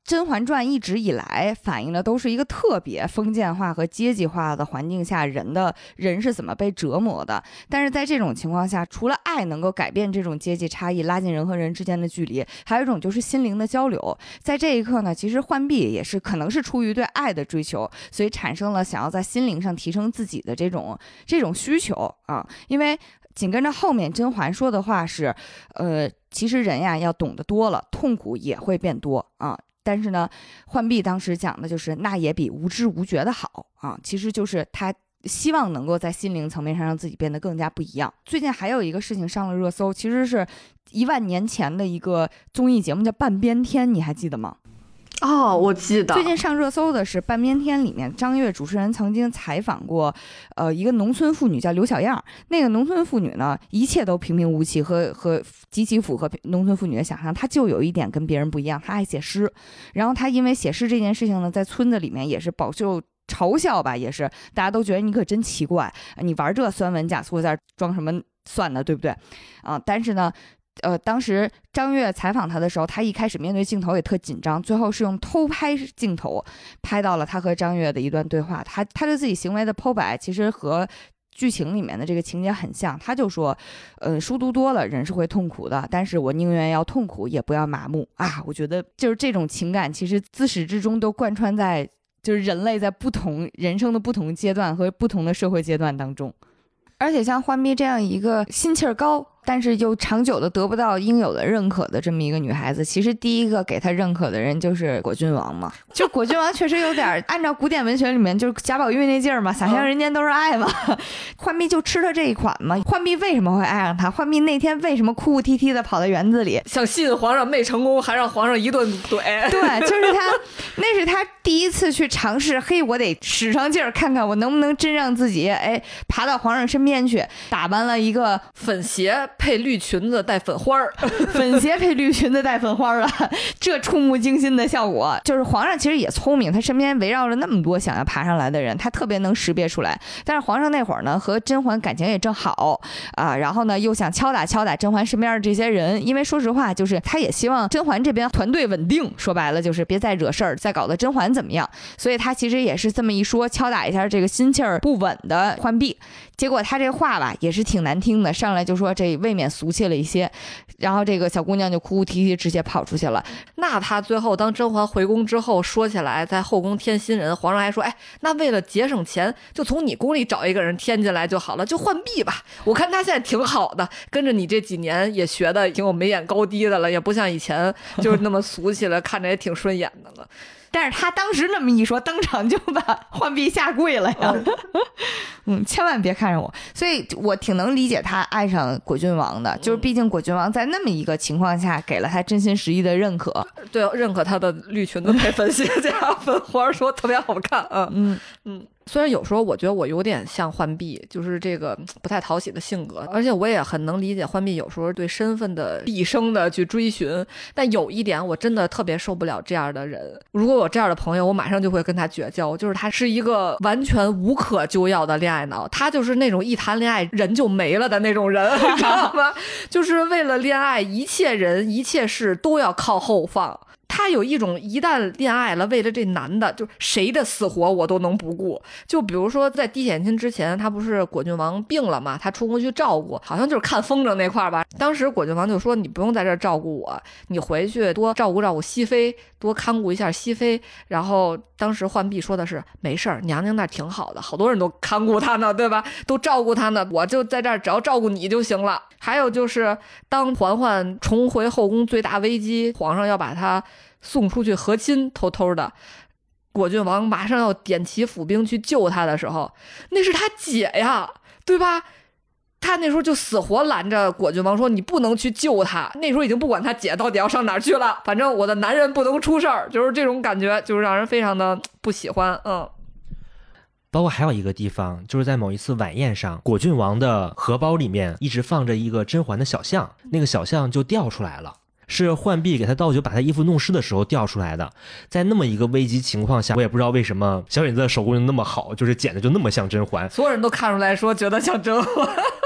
Speaker 1: 甄嬛传》一直以来反映的都是一个特别封建化和阶级化的环境下人是怎么被折磨的。但是在这种情况下，除了爱能够改变这种阶级差异，拉近人和人之间的距离，还有一种就是心灵的交流。在这一刻呢，其实浣碧也是可能是出于对爱的追求，所以产生了想要在心灵上提升自己的这种需求啊。因为紧跟着后面甄嬛说的话是，其实人呀要懂得多了，痛苦也会变多啊。但是呢，浣碧当时讲的就是那也比无知无觉的好啊，其实就是他希望能够在心灵层面上让自己变得更加不一样。最近还有一个事情上了热搜，其实是10000年前的一个综艺节目叫《半边天》，你还记得吗？
Speaker 2: 哦，我记得。
Speaker 1: 最近上热搜的是《半边天》里面，张悦主持人曾经采访过，一个农村妇女叫刘小样。那个农村妇女呢，一切都平平无奇，和极其符合农村妇女的想象。她就有一点跟别人不一样，她爱写诗。然后她因为写诗这件事情呢，在村子里面也是饱受嘲笑吧，也是大家都觉得你可真奇怪，你玩这酸文假粗字装什么算的，对不对？但是呢。当时张悦采访他的时候，他一开始面对镜头也特紧张，最后是用偷拍镜头拍到了他和张悦的一段对话。他对自己行为的剖白其实和剧情里面的这个情节很像，他就说，书读多了人是会痛苦的，但是我宁愿要痛苦也不要麻木啊。我觉得就是这种情感其实自始至终都贯穿在就是人类在不同人生的不同阶段和不同的社会阶段当中。而且像浣碧这样一个心气儿高但是又长久的得不到应有的认可的这么一个女孩子，其实第一个给她认可的人就是果郡王嘛。就果郡王确实有点按照古典文学里面就是贾宝玉那劲儿嘛，想象人间都是爱嘛。浣碧就吃了这一款嘛。浣碧为什么会爱上他？浣碧那天为什么哭哭啼啼的跑到园子里，
Speaker 2: 想吸引皇上没成功，还让皇上一顿怼。
Speaker 1: 对，就是他，那是他第一次去尝试，嘿，我得使上劲儿，看看我能不能真让自己爬到皇上身边去，打扮了一个
Speaker 2: 粉鞋配绿裙子带粉花儿，
Speaker 1: 粉鞋配绿裙子带粉花儿啊，这触目惊心的效果。就是皇上其实也聪明，他身边围绕了那么多想要爬上来的人，他特别能识别出来。但是皇上那会儿呢，和甄嬛感情也正好啊，然后呢又想敲打甄嬛身边的这些人，因为说实话，就是他也希望甄嬛这边团队稳定，说白了就是别再惹事儿，再搞得甄嬛怎么样。所以他其实也是这么一说，敲打一下这个心气儿不稳的浣碧。结果他这话吧也是挺难听的，上来就说这未免俗气了一些，然后这个小姑娘就哭哭啼啼直接跑出去了。
Speaker 2: 那他最后当甄嬛回宫之后，说起来在后宫添新人，皇上还说那为了节省钱，就从你宫里找一个人添进来就好了，就浣碧吧，我看他现在挺好的，跟着你这几年也学的挺有眉眼高低的了，也不像以前就是那么俗气了，看着也挺顺眼的了。
Speaker 1: 但是他当时那么一说，当场就把浣碧下跪了呀。千万别看上我。所以我挺能理解他爱上果郡王的，就是毕竟果郡王在那么一个情况下给了他真心实意的认可。
Speaker 2: 对，认可他的绿裙子配粉鞋加粉花，说特别好看。虽然有时候我觉得我有点像浣碧，就是这个不太讨喜的性格，而且我也很能理解浣碧有时候对身份的毕生的去追寻，但有一点我真的特别受不了这样的人。如果有这样的朋友，我马上就会跟他绝交，就是他是一个完全无可救药的恋爱脑，他就是那种一谈恋爱人就没了的那种人，你知道吗？就是为了恋爱，一切人一切事都要靠后放。他有一种一旦恋爱了，为了这男的，就谁的死活我都能不顾。就比如说在滴血亲之前，他不是果郡王病了嘛，他出宫去照顾，好像就是看风筝那块吧。当时果郡王就说，你不用在这儿照顾我，你回去多照顾照顾熹妃，多看顾一下熹妃。然后当时浣碧说的是，没事儿，娘娘那儿挺好的，好多人都看顾她呢，对吧？都照顾她呢，我就在这儿只要照顾你就行了。还有就是当嬛嬛重回后宫最大危机，皇上要把她送出去和亲，偷偷的，果郡王马上要点齐府兵去救她的时候，那是他姐呀，对吧？他那时候就死活拦着果郡王说，你不能去救他。那时候已经不管他姐到底要上哪儿去了，反正我的男人不能出事儿，就是这种感觉，就是让人非常的不喜欢。
Speaker 3: 包括还有一个地方，就是在某一次晚宴上，果郡王的荷包里面一直放着一个甄嬛的小象，那个小象就掉出来了，是浣碧给他倒酒把他衣服弄湿的时候掉出来的。在那么一个危机情况下，我也不知道为什么小影子的手工那么好，就是剪的就那么像甄嬛，
Speaker 2: 所有人都看出来说觉得像甄嬛。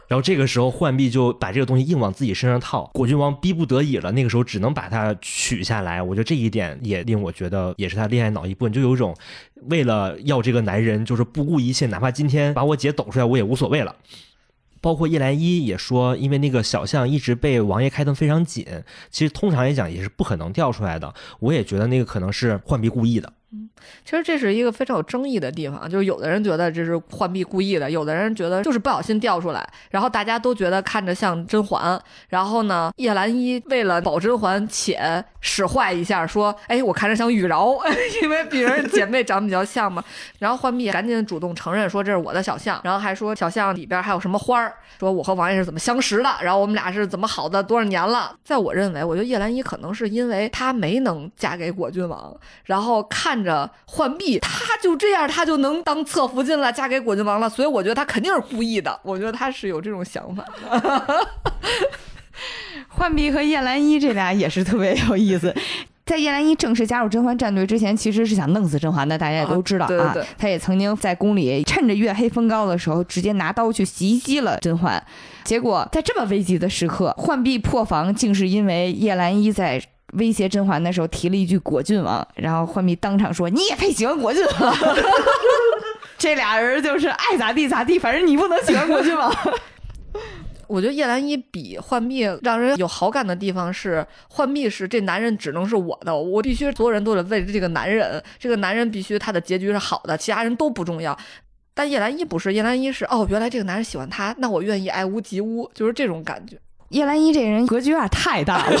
Speaker 3: 然后这个时候浣碧就把这个东西硬往自己身上套，果郡王逼不得已了，那个时候只能把它取下来。我觉得这一点也令我觉得也是他恋爱脑一部分，就有一种为了要这个男人就是不顾一切，哪怕今天把我姐抖出来我也无所谓了。包括叶澜依也说，因为那个小巷一直被王爷开得非常紧，其实通常来讲也是不可能掉出来的。我也觉得那个可能是浣碧故意的。
Speaker 2: 其实这是一个非常有争议的地方，就是有的人觉得这是浣碧故意的，有的人觉得就是不小心掉出来，然后大家都觉得看着像甄嬛，然后呢叶澜依为了保甄嬛且使坏一下说，哎，我看着像雨饶，因为别人姐妹长得比较像嘛，然后浣碧赶紧主动承认说这是我的小巷，然后还说小巷里边还有什么花儿，说我和王爷是怎么相识的，然后我们俩是怎么好的多少年了。在我认为，我觉得叶澜依可能是因为她没能嫁给果郡王，然后看着浣碧她就这样，她就能当侧福晋了，嫁给果郡王了，所以我觉得她肯定是故意的，我觉得她是有这种想法的。
Speaker 1: 浣碧和叶澜依这俩也是特别有意思。在叶澜依正式加入甄嬛战队之前，其实是想弄死甄嬛的，大家也都知道啊。
Speaker 2: 对对对，
Speaker 1: 他也曾经在宫里趁着月黑风高的时候，直接拿刀去袭击了甄嬛。结果在这么危急的时刻，浣碧破防，竟是因为叶澜依在威胁甄嬛的时候提了一句果郡王，然后浣碧当场说：“你也配喜欢果郡王？”这俩人就是爱咋地咋地，反正你不能喜欢果郡王。
Speaker 2: 我觉得叶澜依比浣碧让人有好感的地方是，浣碧是这男人只能是我的，我必须所有人都得为这个男人，这个男人必须他的结局是好的，其他人都不重要。但叶澜依不是，叶澜依是原来这个男人喜欢他，那我愿意爱屋及乌，就是这种感觉。
Speaker 1: 叶澜依这人格局有点太大了。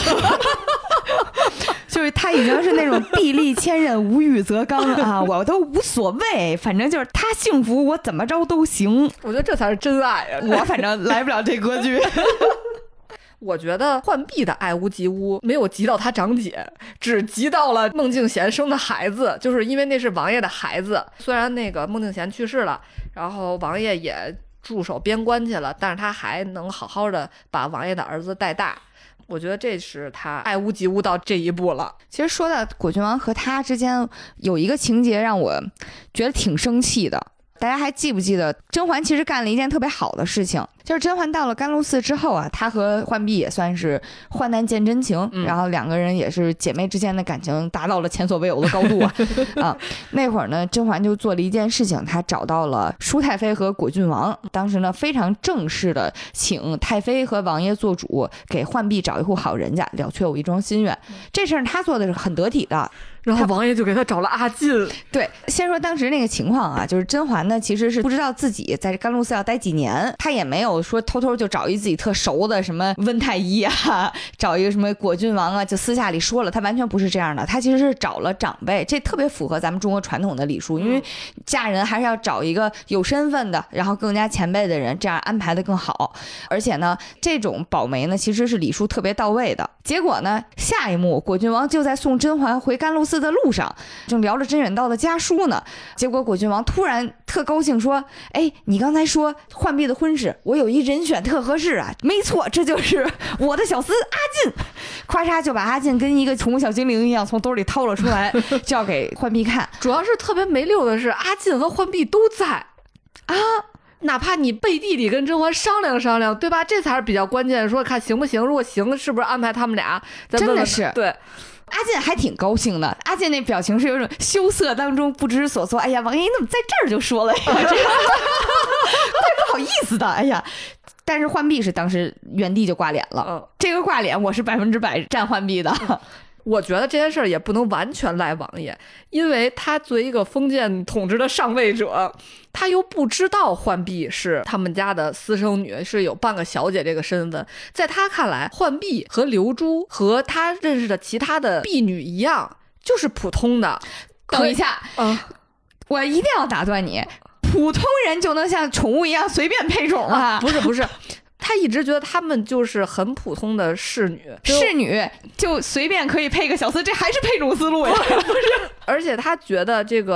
Speaker 1: 就是他已经是那种臂力千仞无欲则刚啊，我都无所谓，反正就是他幸福我怎么着都行。
Speaker 2: 我觉得这才是真爱啊！
Speaker 1: 我反正来不了这格局。
Speaker 2: 我觉得浣碧的爱屋及乌没有及到她长姐，只及到了孟静娴生的孩子，就是因为那是王爷的孩子。虽然那个孟静娴去世了，然后王爷也驻守边关去了，但是他还能好好的把王爷的儿子带大。我觉得这是他爱屋及乌到这一步了。
Speaker 1: 其实说到果郡王和他之间有一个情节让我觉得挺生气的，大家还记不记得甄嬛其实干了一件特别好的事情，就是甄嬛到了甘露寺之后啊，她和浣碧也算是患难见真情，然后两个人也是姐妹之间的感情达到了前所未有的高度啊。那会儿呢，甄嬛就做了一件事情，她找到了舒太妃和果郡王，当时呢非常正式的请太妃和王爷做主，给浣碧找一户好人家，了却我一桩心愿。这事儿她做的是很得体的。
Speaker 2: 然后王爷就给他找了阿进。
Speaker 1: 对，先说当时那个情况啊，就是甄嬛呢其实是不知道自己在甘露寺要待几年，她也没有说偷偷就找一自己特熟的什么温太医啊，找一个什么果郡王啊，就私下里说了，她完全不是这样的，她其实是找了长辈，这特别符合咱们中国传统的礼数，因为嫁人还是要找一个有身份的，然后更加前辈的人，这样安排的更好。而且呢，这种保媒呢其实是礼数特别到位的。结果呢，下一幕果郡王就在送甄嬛回甘露寺的路上，正聊着甄远道的家书呢，结果果郡王突然特高兴说：“哎，你刚才说浣碧的婚事，我有一人选特合适啊！没错，这就是我的小厮阿进。”咔嚓就把阿进跟一个宠物小精灵一样从兜里掏了出来，就要给浣碧看。
Speaker 2: 主要是特别没溜的是，阿进和浣碧都在啊。哪怕你背地里跟甄嬛商量商量，对吧？这才是比较关键，说看行不行，如果行，是不是安排他们俩？
Speaker 1: 真的是
Speaker 2: 对。
Speaker 1: 阿进还挺高兴的，阿进那表情是有一种羞涩当中不知所措。哎呀，王爷你怎么在这儿就说了呀？怪不好意思的。哎呀，但是浣碧是当时原地就挂脸了。这个挂脸我是100%站浣碧的。
Speaker 2: 我觉得这件事儿也不能完全赖王爷，因为他作为一个封建统治的上位者，他又不知道浣碧是他们家的私生女，是有半个小姐这个身份。在他看来，浣碧和刘珠和他认识的其他的婢女一样，就是普通的。
Speaker 1: 等一下，我一定要打断你，普通人就能像宠物一样随便配种啊？
Speaker 2: 不是。他一直觉得他们就是很普通的侍女，
Speaker 1: 侍女就随便可以配个小厮，这还是配种思路呀？
Speaker 2: 不是，而且他觉得这个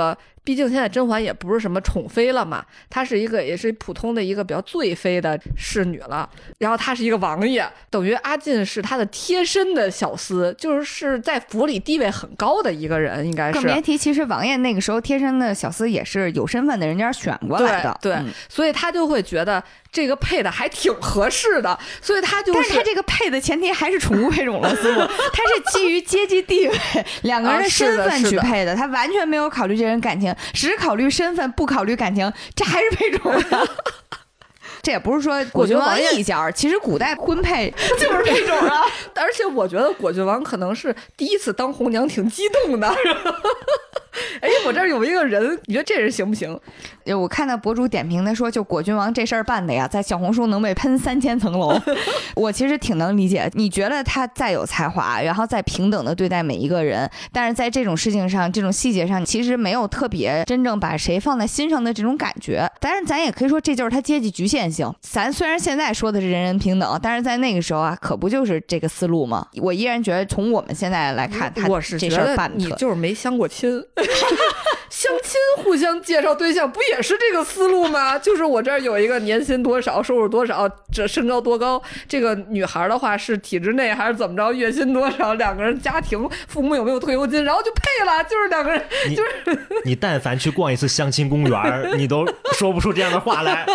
Speaker 2: 毕竟现在甄嬛也不是什么宠妃了嘛，她是一个也是普通的一个比较醉妃的侍女了，然后她是一个王爷，等于阿进是她的贴身的小厮，就是在府里地位很高的一个人，应该是。
Speaker 1: 更别提，其实王爷那个时候贴身的小厮也是有身份的人家选过来的，
Speaker 2: 对，所以他就会觉得这个配的还挺合适的，所以他就是。
Speaker 1: 但是他这个配的前提还是宠物配种的思路，他是基于阶级地位两个人的身份去配的，他完全没有考虑这人感情，只考虑身份不考虑感情，这还是配种的。这也不是说果郡王一家，其实古代婚配就是配种啊。
Speaker 2: 而且我觉得果郡王可能是第一次当红娘，挺激动的。哎，我这儿有一个人，你觉得这人行不行？
Speaker 1: 我看到博主点评的说，就果郡王这事儿办的呀，在小红书能被喷3000层楼。我其实挺能理解，你觉得他再有才华，然后再平等的对待每一个人，但是在这种事情上，这种细节上，其实没有特别真正把谁放在心上的这种感觉。当然，咱也可以说这就是他阶级局限性。咱虽然现在说的是人人平等，但是在那个时候啊，可不就是这个思路吗？我依然觉得，从我们现在来看，他这事儿办的，
Speaker 2: 你就是没相过亲。相亲互相介绍对象不也是这个思路吗？就是我这儿有一个年薪多少，收入多少，这身高多高，这个女孩的话是体制内还是怎么着，月薪多少，两个人家庭父母有没有退休金，然后就配了，就是两个人就是
Speaker 3: 你但凡去逛一次相亲公园，你都说不出这样的话来。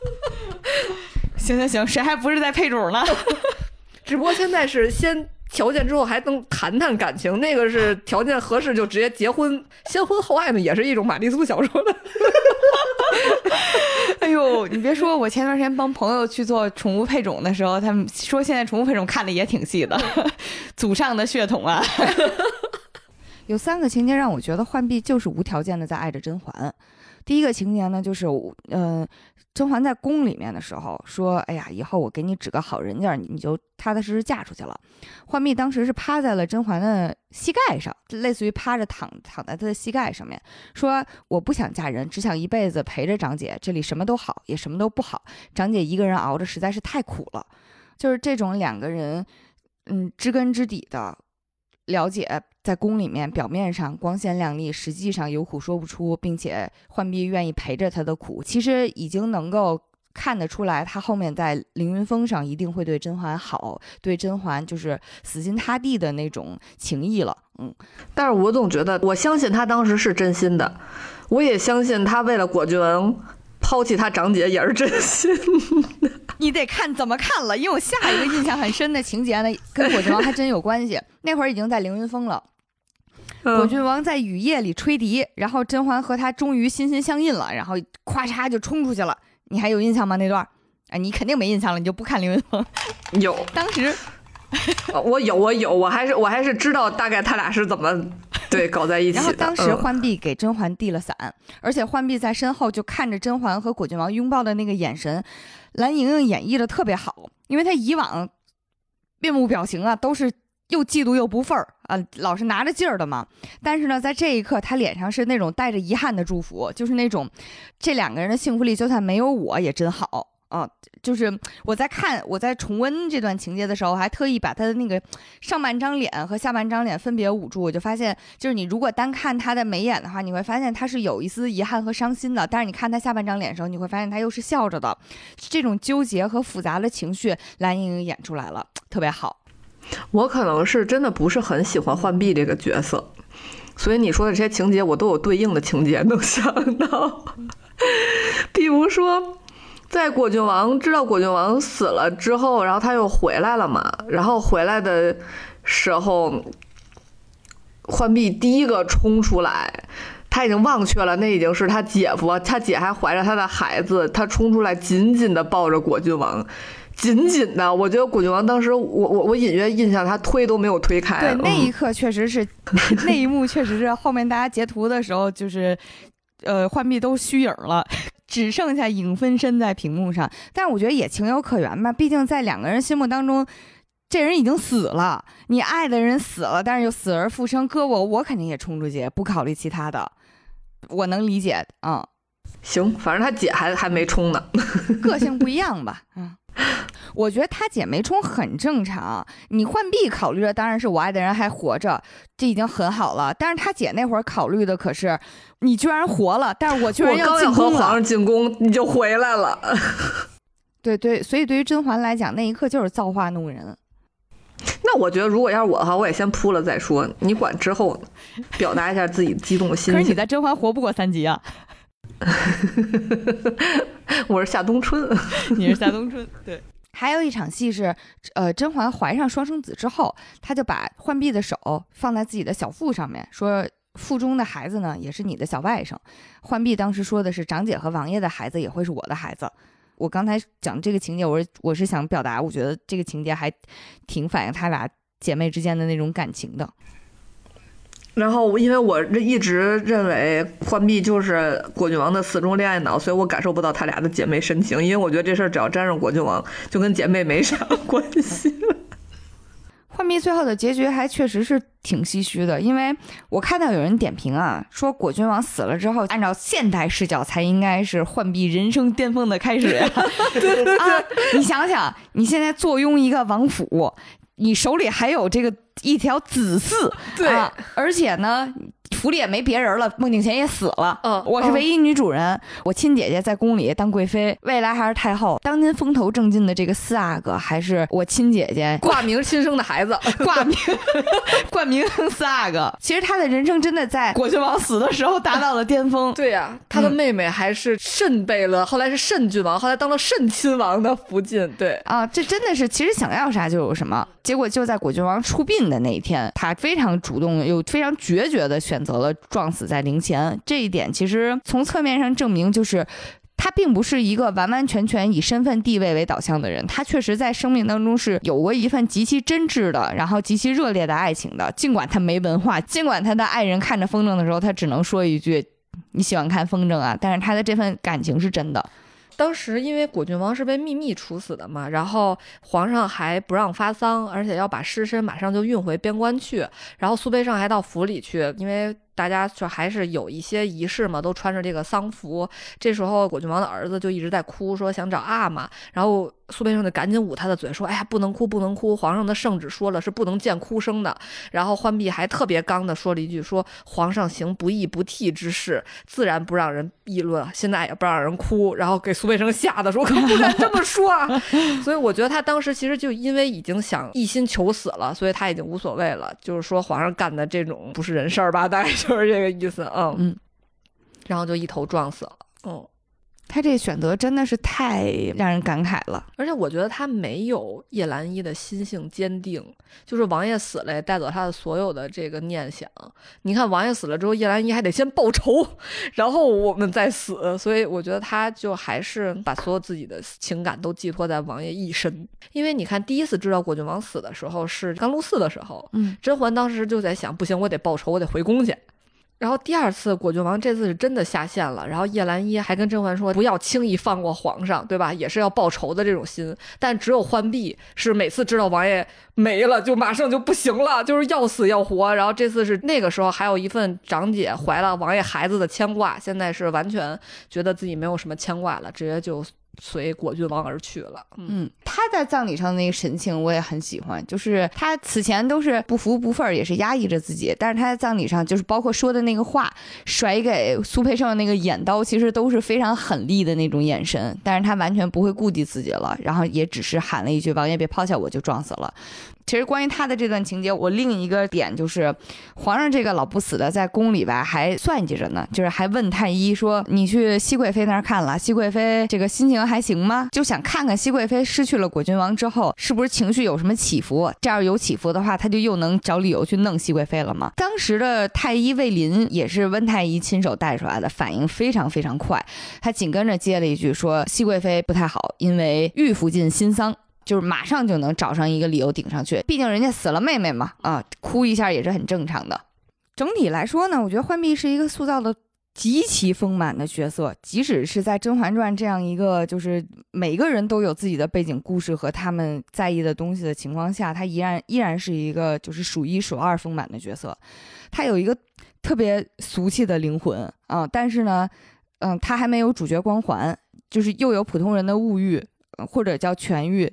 Speaker 1: 行，谁还不是在配种呢？
Speaker 2: 只不过现在是先条件之后还能谈谈感情，那个是条件合适就直接结婚，先婚后爱呢，也是一种玛丽苏小说的。
Speaker 1: 哎呦，你别说，我前段时间帮朋友去做宠物配种的时候，他们说现在宠物配种看的也挺细的，祖上的血统啊。有3个情节让我觉得浣碧就是无条件的在爱着甄嬛。第一个情节呢，就是甄嬛在宫里面的时候说：“哎呀，以后我给你指个好人家，你就踏踏实实嫁出去了。”浣碧当时是趴在了甄嬛的膝盖上，类似于趴着躺在她的膝盖上面，说：“我不想嫁人，只想一辈子陪着长姐，这里什么都好，也什么都不好。长姐一个人熬着实在是太苦了。”就是这种两个人，知根知底的了解，在宫里面表面上光鲜亮丽，实际上有苦说不出，并且浣碧愿意陪着他的苦，其实已经能够看得出来，他后面在凌云峰上一定会对甄嬛好，对甄嬛就是死心塌地的那种情谊了。
Speaker 2: 但是我总觉得，我相信他当时是真心的，我也相信他为了果郡王抛弃他长姐也是真心的。
Speaker 1: 你得看怎么看了，因为我下一个印象很深的情节呢，跟果郡王还真有关系。那会儿已经在凌云峰了。果郡王在雨夜里吹笛，然后甄嬛和他终于心心相印了，然后咵嚓就冲出去了。你还有印象吗？那段？哎，你肯定没印象了，你就不看凌云峰。
Speaker 2: 有，
Speaker 1: 当时
Speaker 2: 我有，我还是知道大概他俩是怎么对搞在一起的。
Speaker 1: 然后当时浣碧给甄嬛递了伞，而且浣碧在身后就看着甄嬛和果郡王拥抱的那个眼神，蓝盈莹演绎的特别好，因为她以往面部表情啊都是又嫉妒又不忿儿啊，老是拿着劲儿的嘛。但是呢，在这一刻，他脸上是那种带着遗憾的祝福，就是那种这两个人的幸福里，就算没有我也真好啊。就是我在重温这段情节的时候，还特意把他的那个上半张脸和下半张脸分别捂住，我就发现，就是你如果单看他的眉眼的话，你会发现他是有一丝遗憾和伤心的，但是你看他下半张脸的时候，你会发现他又是笑着的，这种纠结和复杂的情绪，蓝盈莹演出来了，特别好。
Speaker 2: 我可能是真的不是很喜欢浣碧这个角色，所以你说的这些情节我都有对应的情节能想到。比如说在果郡王知道果郡王死了之后，然后他又回来了嘛，然后回来的时候浣碧第一个冲出来，他已经忘却了那已经是他姐夫，他姐还怀着他的孩子，他冲出来紧紧的抱着果郡王，紧紧的。我觉得果郡王当时我隐约印象他推都没有推开。
Speaker 1: 对，那一刻确实是那一幕确实是后面大家截图的时候，就是浣碧都虚影了，只剩下影分身在屏幕上。但我觉得也情有可原吧，毕竟在两个人心目当中，这人已经死了，你爱的人死了，但是又死而复生，搁我肯定也冲出去，不考虑其他的，我能理解
Speaker 2: 行，反正他姐还没冲呢。
Speaker 1: 个性不一样吧。 我觉得她姐妹冲很正常。你浣碧考虑的当然是我爱的人还活着，这已经很好了。但是她姐那会儿考虑的可是你居然活了，但是我居然
Speaker 2: 要
Speaker 1: 进宫了，
Speaker 2: 和皇上进宫你就回来了。
Speaker 1: 对对，所以对于甄嬛来讲，那一刻就是造化弄人。
Speaker 2: 那我觉得如果要是我的话，我也先扑了再说，你管之后呢，表达一下自己激动的心情。
Speaker 1: 可是你在甄嬛活不过3集啊。
Speaker 2: 我是夏冬春。
Speaker 1: 你是夏冬春。对，还有一场戏是甄嬛怀上双生子之后，她就把浣碧的手放在自己的小腹上面，说腹中的孩子呢也是你的小外甥。浣碧当时说的是长姐和王爷的孩子也会是我的孩子。我刚才讲这个情节，我是想表达，我觉得这个情节还挺反映她俩姐妹之间的那种感情的。
Speaker 2: 然后因为我一直认为浣碧就是果郡王的死忠恋爱脑，所以我感受不到他俩的姐妹深情，因为我觉得这事儿只要沾上果郡王就跟姐妹没啥关系了。
Speaker 1: 浣碧最后的结局还确实是挺唏嘘的，因为我看到有人点评啊，说果郡王死了之后，按照现代视角才应该是浣碧人生巅峰的开始呀。
Speaker 2: 对对对，
Speaker 1: 你想想，你现在坐拥一个王府，你手里还有这个一条子嗣，
Speaker 2: 对
Speaker 1: 而且呢府里也没别人了，孟景贤也死了，我是
Speaker 2: 唯
Speaker 1: 唯一女主人，我亲姐姐在宫里当贵妃，未来还是太后，当今风头正劲的这个4阿哥还是我亲姐姐
Speaker 2: 挂名亲生的孩子，
Speaker 1: 冠名4阿哥。其实他的人生真的在果郡王死的时候达到了巅峰。
Speaker 2: 对呀，他的妹妹还是慎贝勒，后来是慎郡王，后来当了慎亲王的福晋。对
Speaker 1: 啊，这真的是其实想要啥就有什么。结果就在果郡王出殡的那一天，他非常主动又非常决绝的选择了撞死在陵前。这一点其实从侧面上证明，就是他并不是一个完完全全以身份地位为导向的人，他确实在生命当中是有过一份极其真挚的，然后极其热烈的爱情的。尽管他没文化，尽管他的爱人看着风筝的时候，他只能说一句你喜欢看风筝啊，但是他的这份感情是真的。
Speaker 2: 当时因为果郡王是被秘密处死的嘛，然后皇上还不让发丧，而且要把尸身马上就运回边关去，然后苏培盛还到府里去，因为大家就还是有一些仪式嘛，都穿着这个丧服。这时候果郡王的儿子就一直在哭，说想找阿玛，然后苏培盛就赶紧捂他的嘴，说哎呀不能哭不能哭，皇上的圣旨说了是不能见哭声的。然后浣碧还特别刚的说了一句，说皇上行不义不悌之事，自然不让人议论，现在也不让人哭，然后给苏培盛吓得说可不敢这么说啊。所以我觉得他当时其实就因为已经想一心求死了，所以他已经无所谓了，就是说皇上干的这种不是人事儿吧，大概就是这个意思。然后就一头撞死了。
Speaker 1: 他这选择真的是太让人感慨了，
Speaker 2: 而且我觉得他没有叶澜依的心性坚定，就是王爷死了也带走他的所有的这个念想。你看王爷死了之后，叶澜依还得先报仇，然后我们再死，所以我觉得他就还是把所有自己的情感都寄托在王爷一身。因为你看第一次知道果郡王死的时候是甘露寺的时候，甄嬛当时就在想不行，我得报仇，我得回宫去。然后第二次果郡王这次是真的下线了，然后叶澜依还跟甄嬛说不要轻易放过皇上，对吧，也是要报仇的这种心。但只有浣碧是每次知道王爷没了就马上就不行了，就是要死要活。然后这次是那个时候还有一份长姐怀了王爷孩子的牵挂，现在是完全觉得自己没有什么牵挂了，直接就随果郡王而去了。
Speaker 1: 他在葬礼上的那个神情我也很喜欢，就是他此前都是不服不忿，也是压抑着自己，但是他在葬礼上就是包括说的那个话，甩给苏培盛的那个眼刀，其实都是非常狠厉的那种眼神，但是他完全不会顾及自己了，然后也只是喊了一句王爷别抛下我，就撞死了。其实关于他的这段情节，我另一个点就是皇上这个老不死的在宫里吧还算计着呢，就是还问太医说你去熹贵妃那儿看了，熹贵妃这个心情还行吗？就想看看熹贵妃失去了果郡王之后是不是情绪有什么起伏，这样有起伏的话他就又能找理由去弄熹贵妃了嘛。当时的太医魏林也是温太医亲手带出来的，反应非常非常快，他紧跟着接了一句说熹贵妃不太好，因为玉附近新丧，就是马上就能找上一个理由顶上去，毕竟人家死了妹妹嘛，哭一下也是很正常的。整体来说呢，我觉得浣碧是一个塑造的极其丰满的角色，即使是在《甄嬛传》这样一个就是每个人都有自己的背景故事和他们在意的东西的情况下，他依然是一个就是数一数二丰满的角色。他有一个特别俗气的灵魂但是呢他还没有主角光环，就是又有普通人的物欲或者叫权欲，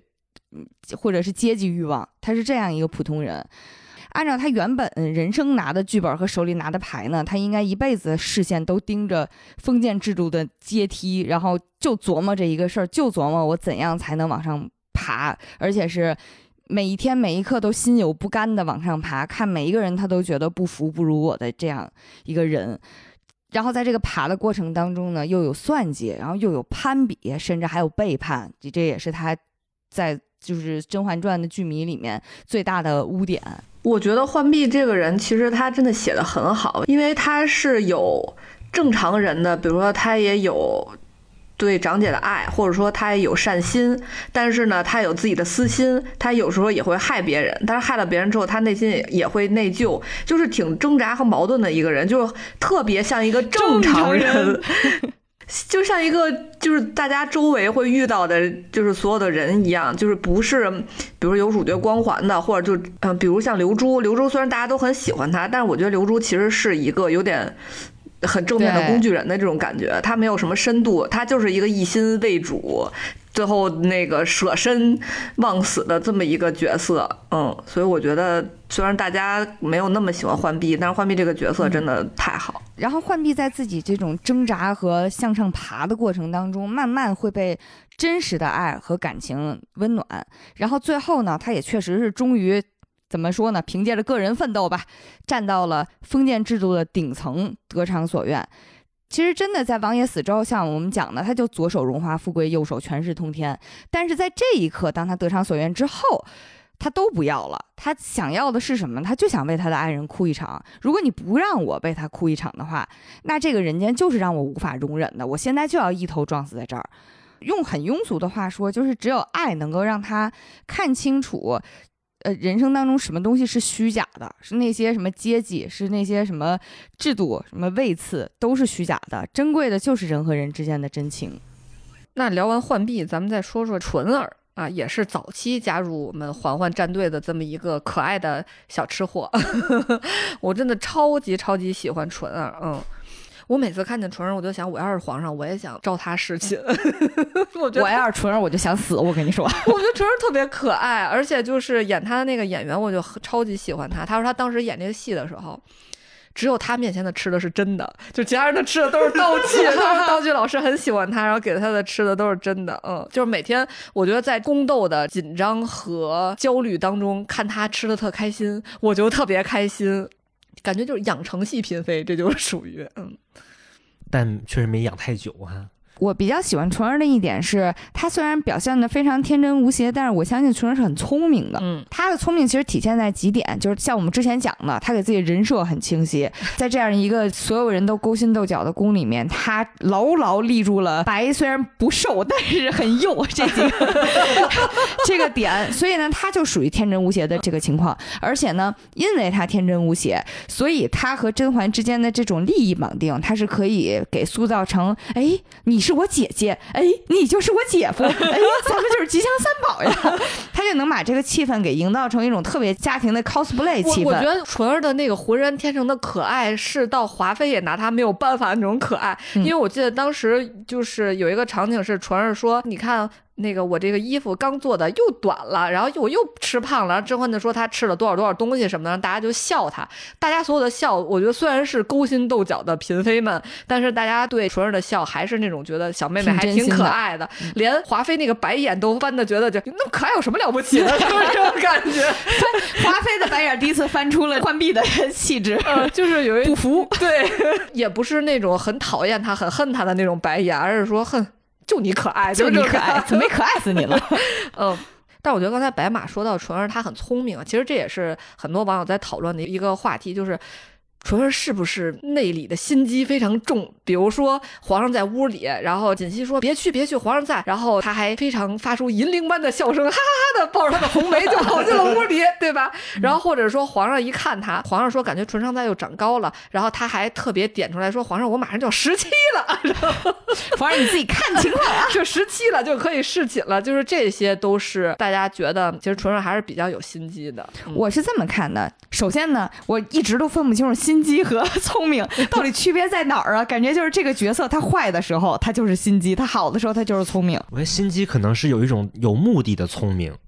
Speaker 1: 或者是阶级欲望，他是这样一个普通人。按照他原本人生拿的剧本和手里拿的牌呢，他应该一辈子视线都盯着封建制度的阶梯，然后就琢磨这一个事儿，就琢磨我怎样才能往上爬，而且是每一天每一刻都心有不甘的往上爬，看每一个人他都觉得不服不如我的这样一个人。然后在这个爬的过程当中呢，又有算计，然后又有攀比，甚至还有背叛，这也是他在就是《甄嬛传》的剧迷里面最大的污点。
Speaker 2: 我觉得浣碧这个人其实他真的写得很好，因为他是有正常人的，比如说他也有对长姐的爱，或者说他也有善心，但是呢他有自己的私心，他有时候也会害别人，但是害了别人之后他内心也会内疚，就是挺挣扎和矛盾的一个人，就是特别像一个正常人就像一个就是大家周围会遇到的就是所有的人一样，就是不是比如有主角光环的，或者就比如像刘珠虽然大家都很喜欢他，但是我觉得刘珠其实是一个有点很正面的工具人的这种感觉，他没有什么深度，他就是一个一心为主，最后那个舍身忘死的这么一个角色。所以我觉得虽然大家没有那么喜欢浣碧，但是浣碧这个角色真的太好。
Speaker 1: 然后浣碧在自己这种挣扎和向上爬的过程当中，慢慢会被真实的爱和感情温暖，然后最后呢，他也确实是终于怎么说呢？凭借着个人奋斗吧，站到了封建制度的顶层，得偿所愿。其实真的在王爷死之后，像我们讲的，他就左手荣华富贵，右手权势通天。但是在这一刻，当他得偿所愿之后，他都不要了。他想要的是什么？他就想为他的爱人哭一场。如果你不让我为他哭一场的话，那这个人间就是让我无法容忍的。我现在就要一头撞死在这儿。用很庸俗的话说，就是只有爱能够让他看清楚人生当中什么东西是虚假的，是那些什么阶级，是那些什么制度，什么位次都是虚假的，珍贵的就是人和人之间的真情。
Speaker 2: 那聊完浣碧，咱们再说说纯儿啊，也是早期加入我们嬛嬛战队的这么一个可爱的小吃货我真的超级喜欢纯儿。我每次看见纯儿，我就想，我要是皇上，我也想招他侍寝。我
Speaker 1: 要是纯儿，我就想死。我跟你说，
Speaker 2: 我觉得纯儿特别可爱，而且就是演他的那个演员，我就超级喜欢他。他说他当时演这个戏的时候，只有他面前的吃的是真的，就其他人的吃的都是道具。他说道具老师很喜欢他，然后给他的吃的都是真的。就是每天我觉得在宫斗的紧张和焦虑当中，看他吃的特开心，我就特别开心。感觉就是养成系嫔妃，这就是属于
Speaker 3: 但确实没养太久啊。
Speaker 1: 我比较喜欢纯儿的一点是，她虽然表现得非常天真无邪，但是我相信纯儿是很聪明的。她的聪明其实体现在几点，就是像我们之前讲的，她给自己人设很清晰，在这样一个所有人都勾心斗角的宫里面，她牢牢立住了白虽然不瘦但是很幼这个点，所以呢，她就属于天真无邪的这个情况。而且呢，因为她天真无邪，所以她和甄嬛之间的这种利益绑定，她是可以给塑造成，哎，你是我姐姐，哎，你就是我姐夫，哎，咱们就是吉祥三宝呀。他就能把这个气氛给营造成一种特别家庭的 cosplay 气氛。
Speaker 2: 我觉得纯儿的那个浑然天成的可爱，是到华妃也拿她没有办法的那种可爱。因为我记得当时就是有一个场景是纯儿说，你看那个我这个衣服刚做的又短了，然后我又吃胖了，甄嬛就说她吃了多少东西什么的，大家就笑她。大家所有的笑，我觉得虽然是勾心斗角的嫔妃们，但是大家对纯儿的笑还是那种觉得小妹妹还挺可爱的，连华妃那个白眼都翻的觉得就那么可爱有什么了不起的，就是这种感觉。
Speaker 1: 华妃的白眼第一次翻出了浣碧的气质，
Speaker 2: 就是有一
Speaker 1: 不服，
Speaker 2: 对，也不是那种很讨厌她很恨她的那种白眼，而是说恨就你可爱，
Speaker 1: 就你可爱，怎么没可爱死你了？
Speaker 2: 但我觉得刚才白马说到纯儿她很聪明，其实这也是很多网友在讨论的一个话题，就是纯儿是不是内里的心机非常重？比如说皇上在屋里，然后锦汐说别去，皇上在，然后他还非常发出银铃般的笑声，哈哈哈的抱着他的红梅就跑进了屋里，对吧？然后或者说皇上一看他，皇上说感觉纯常在又长高了，然后他还特别点出来说，皇上我马上就要17了，然后
Speaker 1: 皇上你自己看情况啊，
Speaker 2: 就17了就可以侍寝了，就是这些都是大家觉得其实纯常还是比较有心机的。
Speaker 1: 我是这么看的，首先呢，我一直都分不清楚心机和聪明到底区别在哪儿啊？感觉就是这个角色他坏的时候他就是心机，他好的时候他就是聪明。
Speaker 3: 我觉得心机可能是有一种有目的的聪明，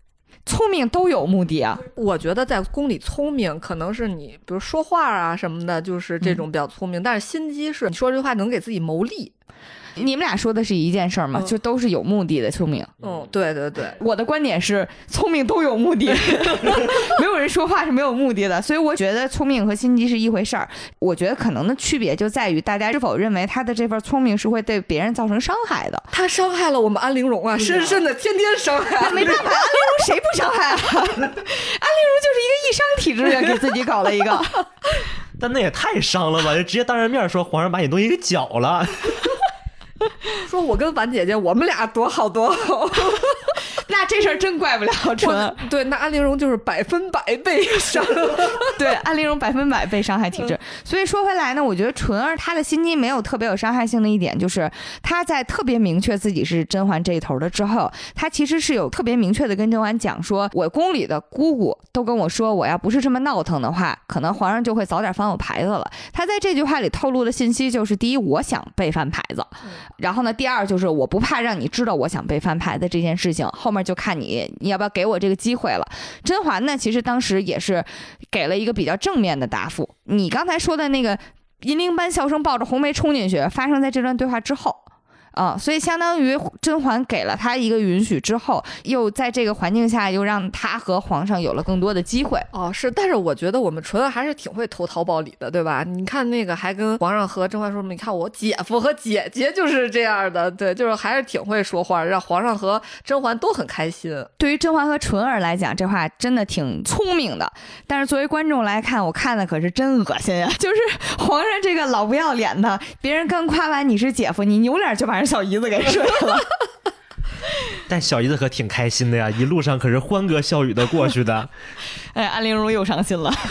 Speaker 1: 聪明都有目的啊。
Speaker 2: 我觉得在宫里聪明可能是你比如说话啊什么的，就是这种比较聪明，但是心机是你说这句话能给自己谋利。
Speaker 1: 你们俩说的是一件事儿吗？就都是有目的的聪明。
Speaker 2: 对对对，
Speaker 1: 我的观点是聪明都有目的，没有人说话是没有目的的，所以我觉得聪明和心机是一回事儿。我觉得可能的区别就在于大家是否认为他的这份聪明是会对别人造成伤害的。
Speaker 2: 他伤害了我们安陵容啊，深深的天天伤害。
Speaker 1: 没办法，安陵容谁不伤害啊？安陵容就是一个易伤体质呀，给自己搞了一个。
Speaker 3: 但那也太伤了吧！就直接当着面说皇上把你东西给搅了。
Speaker 2: 说我跟婉姐姐我们俩多好多好。
Speaker 1: 那这事儿真怪不了纯。
Speaker 2: 对，那安陵容就是100%被伤。
Speaker 1: 对，安陵容100%被伤害体质。所以说回来呢，我觉得纯儿她的心机没有特别有伤害性的一点，就是她在特别明确自己是甄嬛这一头的之后，她其实是有特别明确的跟甄嬛讲说，我宫里的姑姑都跟我说，我要不是这么闹腾的话，可能皇上就会早点翻我牌子了。她在这句话里透露的信息就是：第一，我想被翻牌子；然后呢，第二就是我不怕让你知道我想被翻牌子这件事情，后面就看你要不要给我这个机会了。甄嬛呢，其实当时也是给了一个比较正面的答复。你刚才说的那个银铃般笑声抱着红梅冲进去，发生在这段对话之后。所以相当于甄嬛给了他一个允许之后，又在这个环境下又让他和皇上有了更多的机会。
Speaker 2: 是，但是我觉得我们纯儿还是挺会投桃报李的，对吧？你看那个还跟皇上和甄嬛说，你看我姐夫和姐姐就是这样的，对，就是还是挺会说话，让皇上和甄嬛都很开心。
Speaker 1: 对于甄嬛和纯儿来讲，这话真的挺聪明的，但是作为观众来看，我看的可是真恶心呀！就是皇上这个老不要脸的，别人刚夸完你是姐夫，你扭脸就把人小姨子给睡了。
Speaker 3: 但小姨子可挺开心的呀，一路上可是欢歌笑语的过去的。
Speaker 1: 哎，安陵容又伤心了。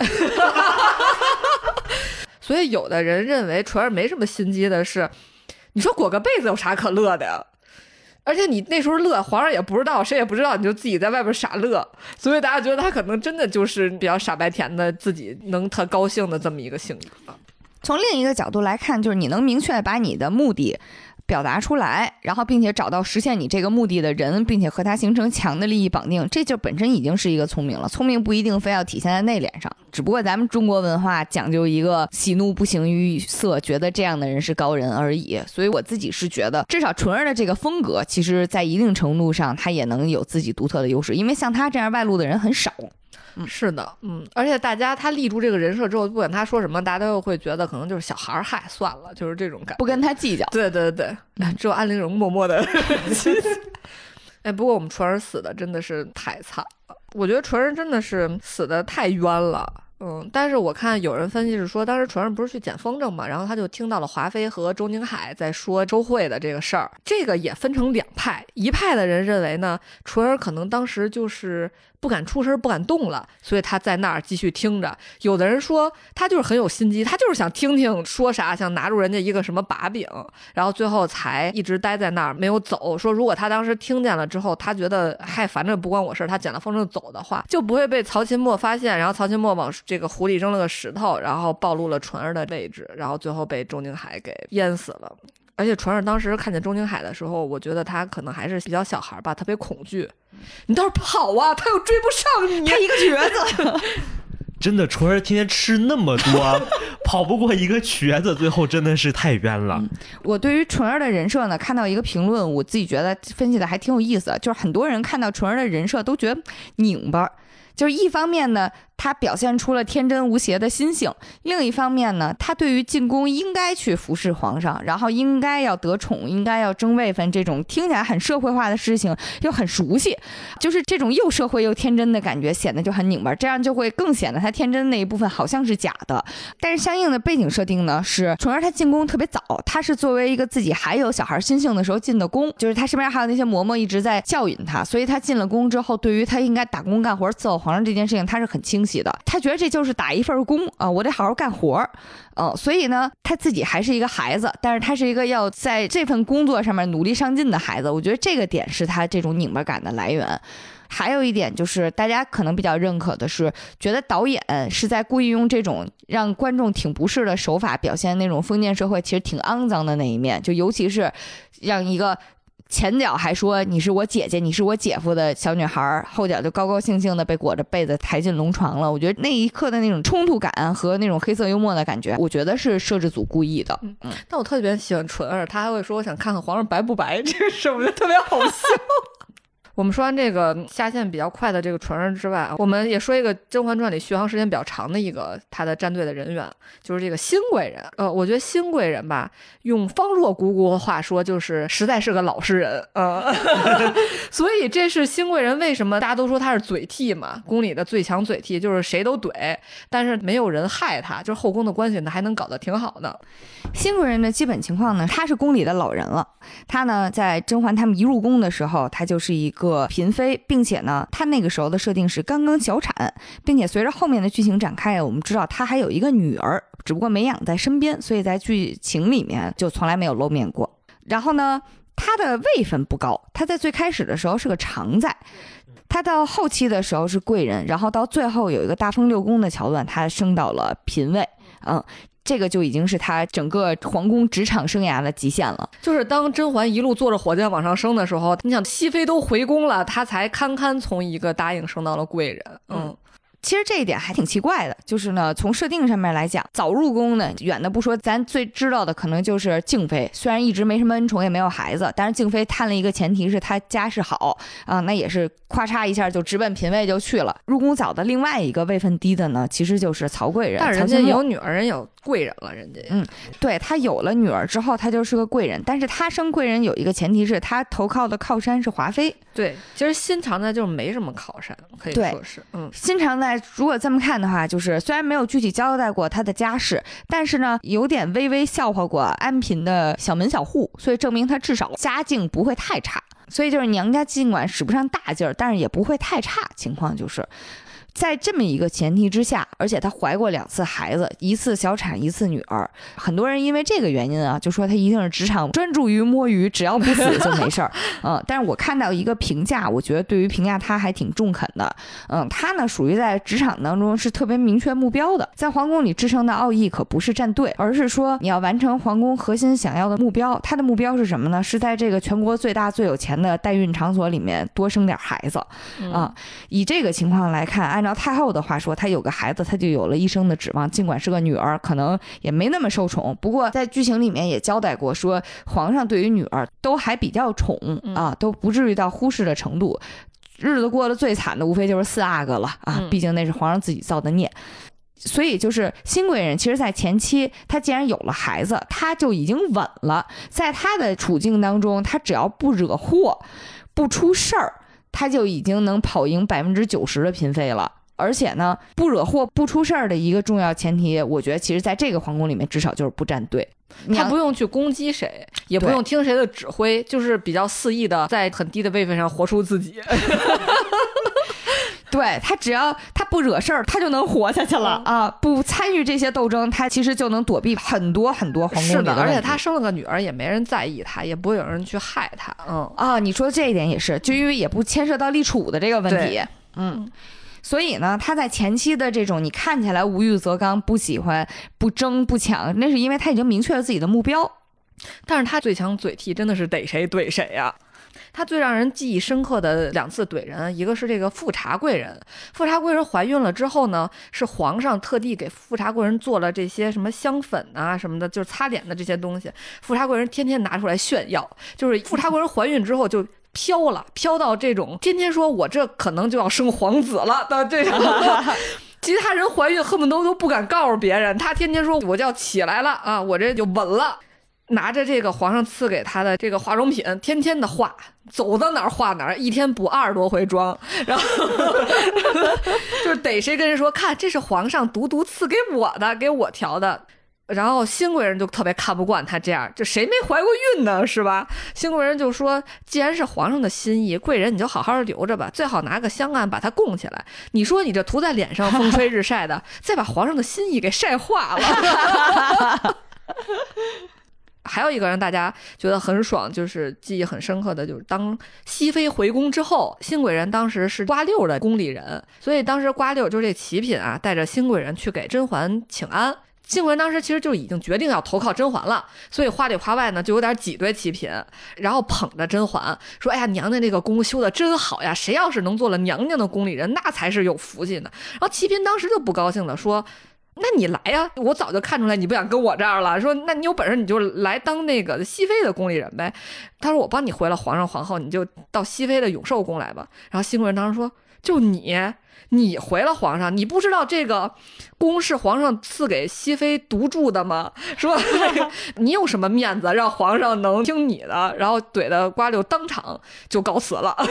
Speaker 2: 所以有的人认为纯儿没什么心机的是，你说裹个被子有啥可乐的呀？而且你那时候乐，皇上也不知道，谁也不知道，你就自己在外边傻乐，所以大家觉得他可能真的就是比较傻白甜的，自己能特高兴的这么一个性格。
Speaker 1: 从另一个角度来看，就是你能明确把你的目的表达出来，然后并且找到实现你这个目的的人，并且和他形成强的利益绑定，这就本身已经是一个聪明了。聪明不一定非要体现在内敛上，只不过咱们中国文化讲究一个喜怒不形于色，觉得这样的人是高人而已。所以我自己是觉得，至少纯儿的这个风格，其实在一定程度上他也能有自己独特的优势，因为像他这样外露的人很少。
Speaker 2: 是的，而且大家他立住这个人设之后，不管他说什么，大家都会觉得可能就是小孩儿，嗨，算了，就是这种感觉，
Speaker 1: 不跟他计较。
Speaker 2: 对对对，只有安陵容默默的。哎，不过我们纯儿死的真的是太惨了，我觉得纯儿真的是死的太冤了。但是我看有人分析是说，当时纯儿不是去捡风筝嘛，然后他就听到了华妃和周宁海在说周慧的这个事儿。这个也分成两派，一派的人认为呢，纯儿可能当时就是不敢出声，不敢动了，所以他在那儿继续听着。有的人说他就是很有心机，他就是想听听说啥，想拿住人家一个什么把柄，然后最后才一直待在那儿没有走。说如果他当时听见了之后，他觉得嗨，反正不关我事，他捡了风筝走的话，就不会被曹琴墨发现，然后曹琴墨往这个湖里扔了个石头，然后暴露了纯儿的位置，然后最后被周宁海给淹死了。而且纯儿当时看见周宁海的时候，我觉得他可能还是比较小孩吧，特别恐惧。你倒是跑啊，他又追不上你，
Speaker 1: 他一个瘸子。
Speaker 3: 真的，纯儿天天吃那么多，跑不过一个瘸子，最后真的是太冤了。
Speaker 1: 我对于纯儿的人设呢，看到一个评论，我自己觉得分析的还挺有意思，就是很多人看到纯儿的人设都觉得拧巴，就是一方面呢，他表现出了天真无邪的心性，另一方面呢，他对于进宫应该去服侍皇上，然后应该要得宠，应该要争位分，这种听起来很社会化的事情又很熟悉，就是这种又社会又天真的感觉显得就很拧巴，这样就会更显得他天真那一部分好像是假的。但是相应的背景设定呢，是纯儿他进宫特别早，他是作为一个自己还有小孩心性的时候进的宫，就是他身边还有那些嬷嬷一直在教引他，所以他进了宫之后，对于他应该打工干活伺候皇上这件事情他是很清晰的，他觉得这就是打一份工啊，我得好好干活所以呢，他自己还是一个孩子，但是他是一个要在这份工作上面努力上进的孩子，我觉得这个点是他这种拧巴感的来源。还有一点就是大家可能比较认可的是，觉得导演是在故意用这种让观众挺不适的手法表现那种封建社会其实挺肮脏的那一面，就尤其是让一个前脚还说你是我姐姐，你是我姐夫的小女孩，后脚就高高兴兴的被裹着被子抬进龙床了。我觉得那一刻的那种冲突感和那种黑色幽默的感觉，我觉得是摄制组故意的。
Speaker 2: 但我特别喜欢纯儿，他还会说我想看看皇上白不白，这个事我觉得特别好笑。我们说完这个下线比较快的这个纯儿之外，我们也说一个《甄嬛传》里续航时间比较长的一个他的战队的人员，就是这个新贵人。我觉得新贵人吧，用方若姑姑的话说，就是实在是个老实人。所以这是新贵人为什么大家都说他是嘴替嘛，宫里的最强嘴替，就是谁都怼，但是没有人害他，就是后宫的关系呢还能搞得挺好的。
Speaker 1: 新贵人的基本情况呢，他是宫里的老人了。他呢，在甄嬛他们一入宫的时候，他就是一个嫔妃，并且呢，他那个时候的设定是刚刚小产，并且随着后面的剧情展开，我们知道他还有一个女儿，只不过没养在身边，所以在剧情里面就从来没有露面过。然后呢，他的位分不高，他在最开始的时候是个常在。他到后期的时候是贵人，然后到最后有一个大封六宫的桥段，他升到了嫔位。这个就已经是他整个皇宫职场生涯的极限了。
Speaker 2: 就是当甄嬛一路坐着火箭往上升的时候，你想熹妃都回宫了，他才堪堪从一个答应升到了贵人。
Speaker 1: 其实这一点还挺奇怪的，就是呢，从设定上面来讲，早入宫呢，远的不说，咱最知道的可能就是静妃，虽然一直没什么恩宠，也没有孩子，但是静妃摊了一个前提是她家世好啊，那也是咔嚓一下就直奔嫔位就去了。入宫早的另外一个位分低的呢，其实就是曹贵人，
Speaker 2: 但是人家有女儿，人有贵人了，人家
Speaker 1: 对，他有了女儿之后，他就是个贵人，但是他升贵人有一个前提是他投靠的靠山是华妃。
Speaker 2: 对，其实新常在就是没什么靠山，可以说是
Speaker 1: 新常在如果这么看的话，就是虽然没有具体交代过他的家世，但是呢有点微微笑话过安嫔的小门小户，所以证明他至少家境不会太差。所以就是娘家尽管使不上大劲儿，但是也不会太差。情况就是在这么一个前提之下，而且她怀过2次孩子，一次小产，一次女儿。很多人因为这个原因啊，就说她一定是职场专注于摸鱼，只要不死就没事儿。但是我看到一个评价，我觉得对于评价她还挺中肯的。她呢属于在职场当中是特别明确目标的，在皇宫里支撑的奥义可不是站队，而是说你要完成皇宫核心想要的目标。她的目标是什么呢？是在这个全国最大最有钱的代孕场所里面多生点孩子以这个情况来看，按照太后的话说，她有个孩子，她就有了一生的指望。尽管是个女儿，可能也没那么受宠，不过在剧情里面也交代过，说皇上对于女儿都还比较宠都不至于到忽视的程度。日子过得最惨的无非就是4阿哥了毕竟那是皇上自己造的孽。所以就是新贵人，其实在前期他既然有了孩子，他就已经稳了。在他的处境当中，他只要不惹祸不出事儿，他就已经能跑赢90%的嫔妃了。而且呢，不惹祸不出事儿的一个重要前提，我觉得其实在这个皇宫里面至少就是不站队。
Speaker 2: 他不用去攻击谁，也不用听谁的指挥，就是比较肆意的在很低的位分上活出自己。
Speaker 1: 对，他只要他不惹事儿，他就能活下去了不参与这些斗争，他其实就能躲避很多很多皇宫里的问题。
Speaker 2: 而且他生了个女儿，也没人在意他，也不会有人去害他。
Speaker 1: 你说这一点也是，就因为也不牵涉到立储的这个问题。所以呢，他在前期的这种你看起来无欲则刚，不喜欢不争不抢，那是因为他已经明确了自己的目标。
Speaker 2: 但是他最强嘴替真的是逮谁怼谁呀。他最让人记忆深刻的2次怼人，一个是这个富察贵人。富察贵人怀孕了之后呢，是皇上特地给富察贵人做了这些什么香粉啊什么的，就是擦脸的这些东西。富察贵人天天拿出来炫耀，就是富察贵人怀孕之后就飘到这种天天说我这可能就要生皇子了的这种。其他人怀孕恨不得都不敢告诉别人，他天天说我就要起来了我这就稳了。拿着这个皇上赐给他的这个化妆品，天天的化，走到哪儿化哪儿，一天补20多回妆，然后就是逮谁跟人说，看这是皇上独赐给我的，给我调的。然后新贵人就特别看不惯他这样，就谁没怀过孕呢，是吧？新贵人就说，既然是皇上的心意，贵人你就好好留着吧，最好拿个香案把它供起来。你说你这涂在脸上风吹日晒的，再把皇上的心意给晒化了。还有一个让大家觉得很爽，就是记忆很深刻的，就是当熹妃回宫之后，新贵人当时是瓜六的宫里人，所以当时瓜六就是这启嫔带着新贵人去给甄嬛请安。 新贵人当时其实就已经决定要投靠甄嬛了，所以话里话外呢就有点挤兑齐嫔，然后捧着甄嬛说：“哎呀，娘娘这个宫修的真好呀，谁要是能做了娘娘的宫里人，那才是有福气呢。”然后齐嫔当时就不高兴了，说：“那你来呀！我早就看出来你不想跟我这儿了。说那你有本事你就来当那个熹妃的宫里人呗。”他说：“我帮你回了皇上皇后，你就到熹妃的永寿宫来吧。”然后新贵人当时说：“就你回了皇上，你不知道这个宫是皇上赐给熹妃独住的吗？说你有什么面子让皇上能听你的？”然后怼的瓜溜当场就告辞了。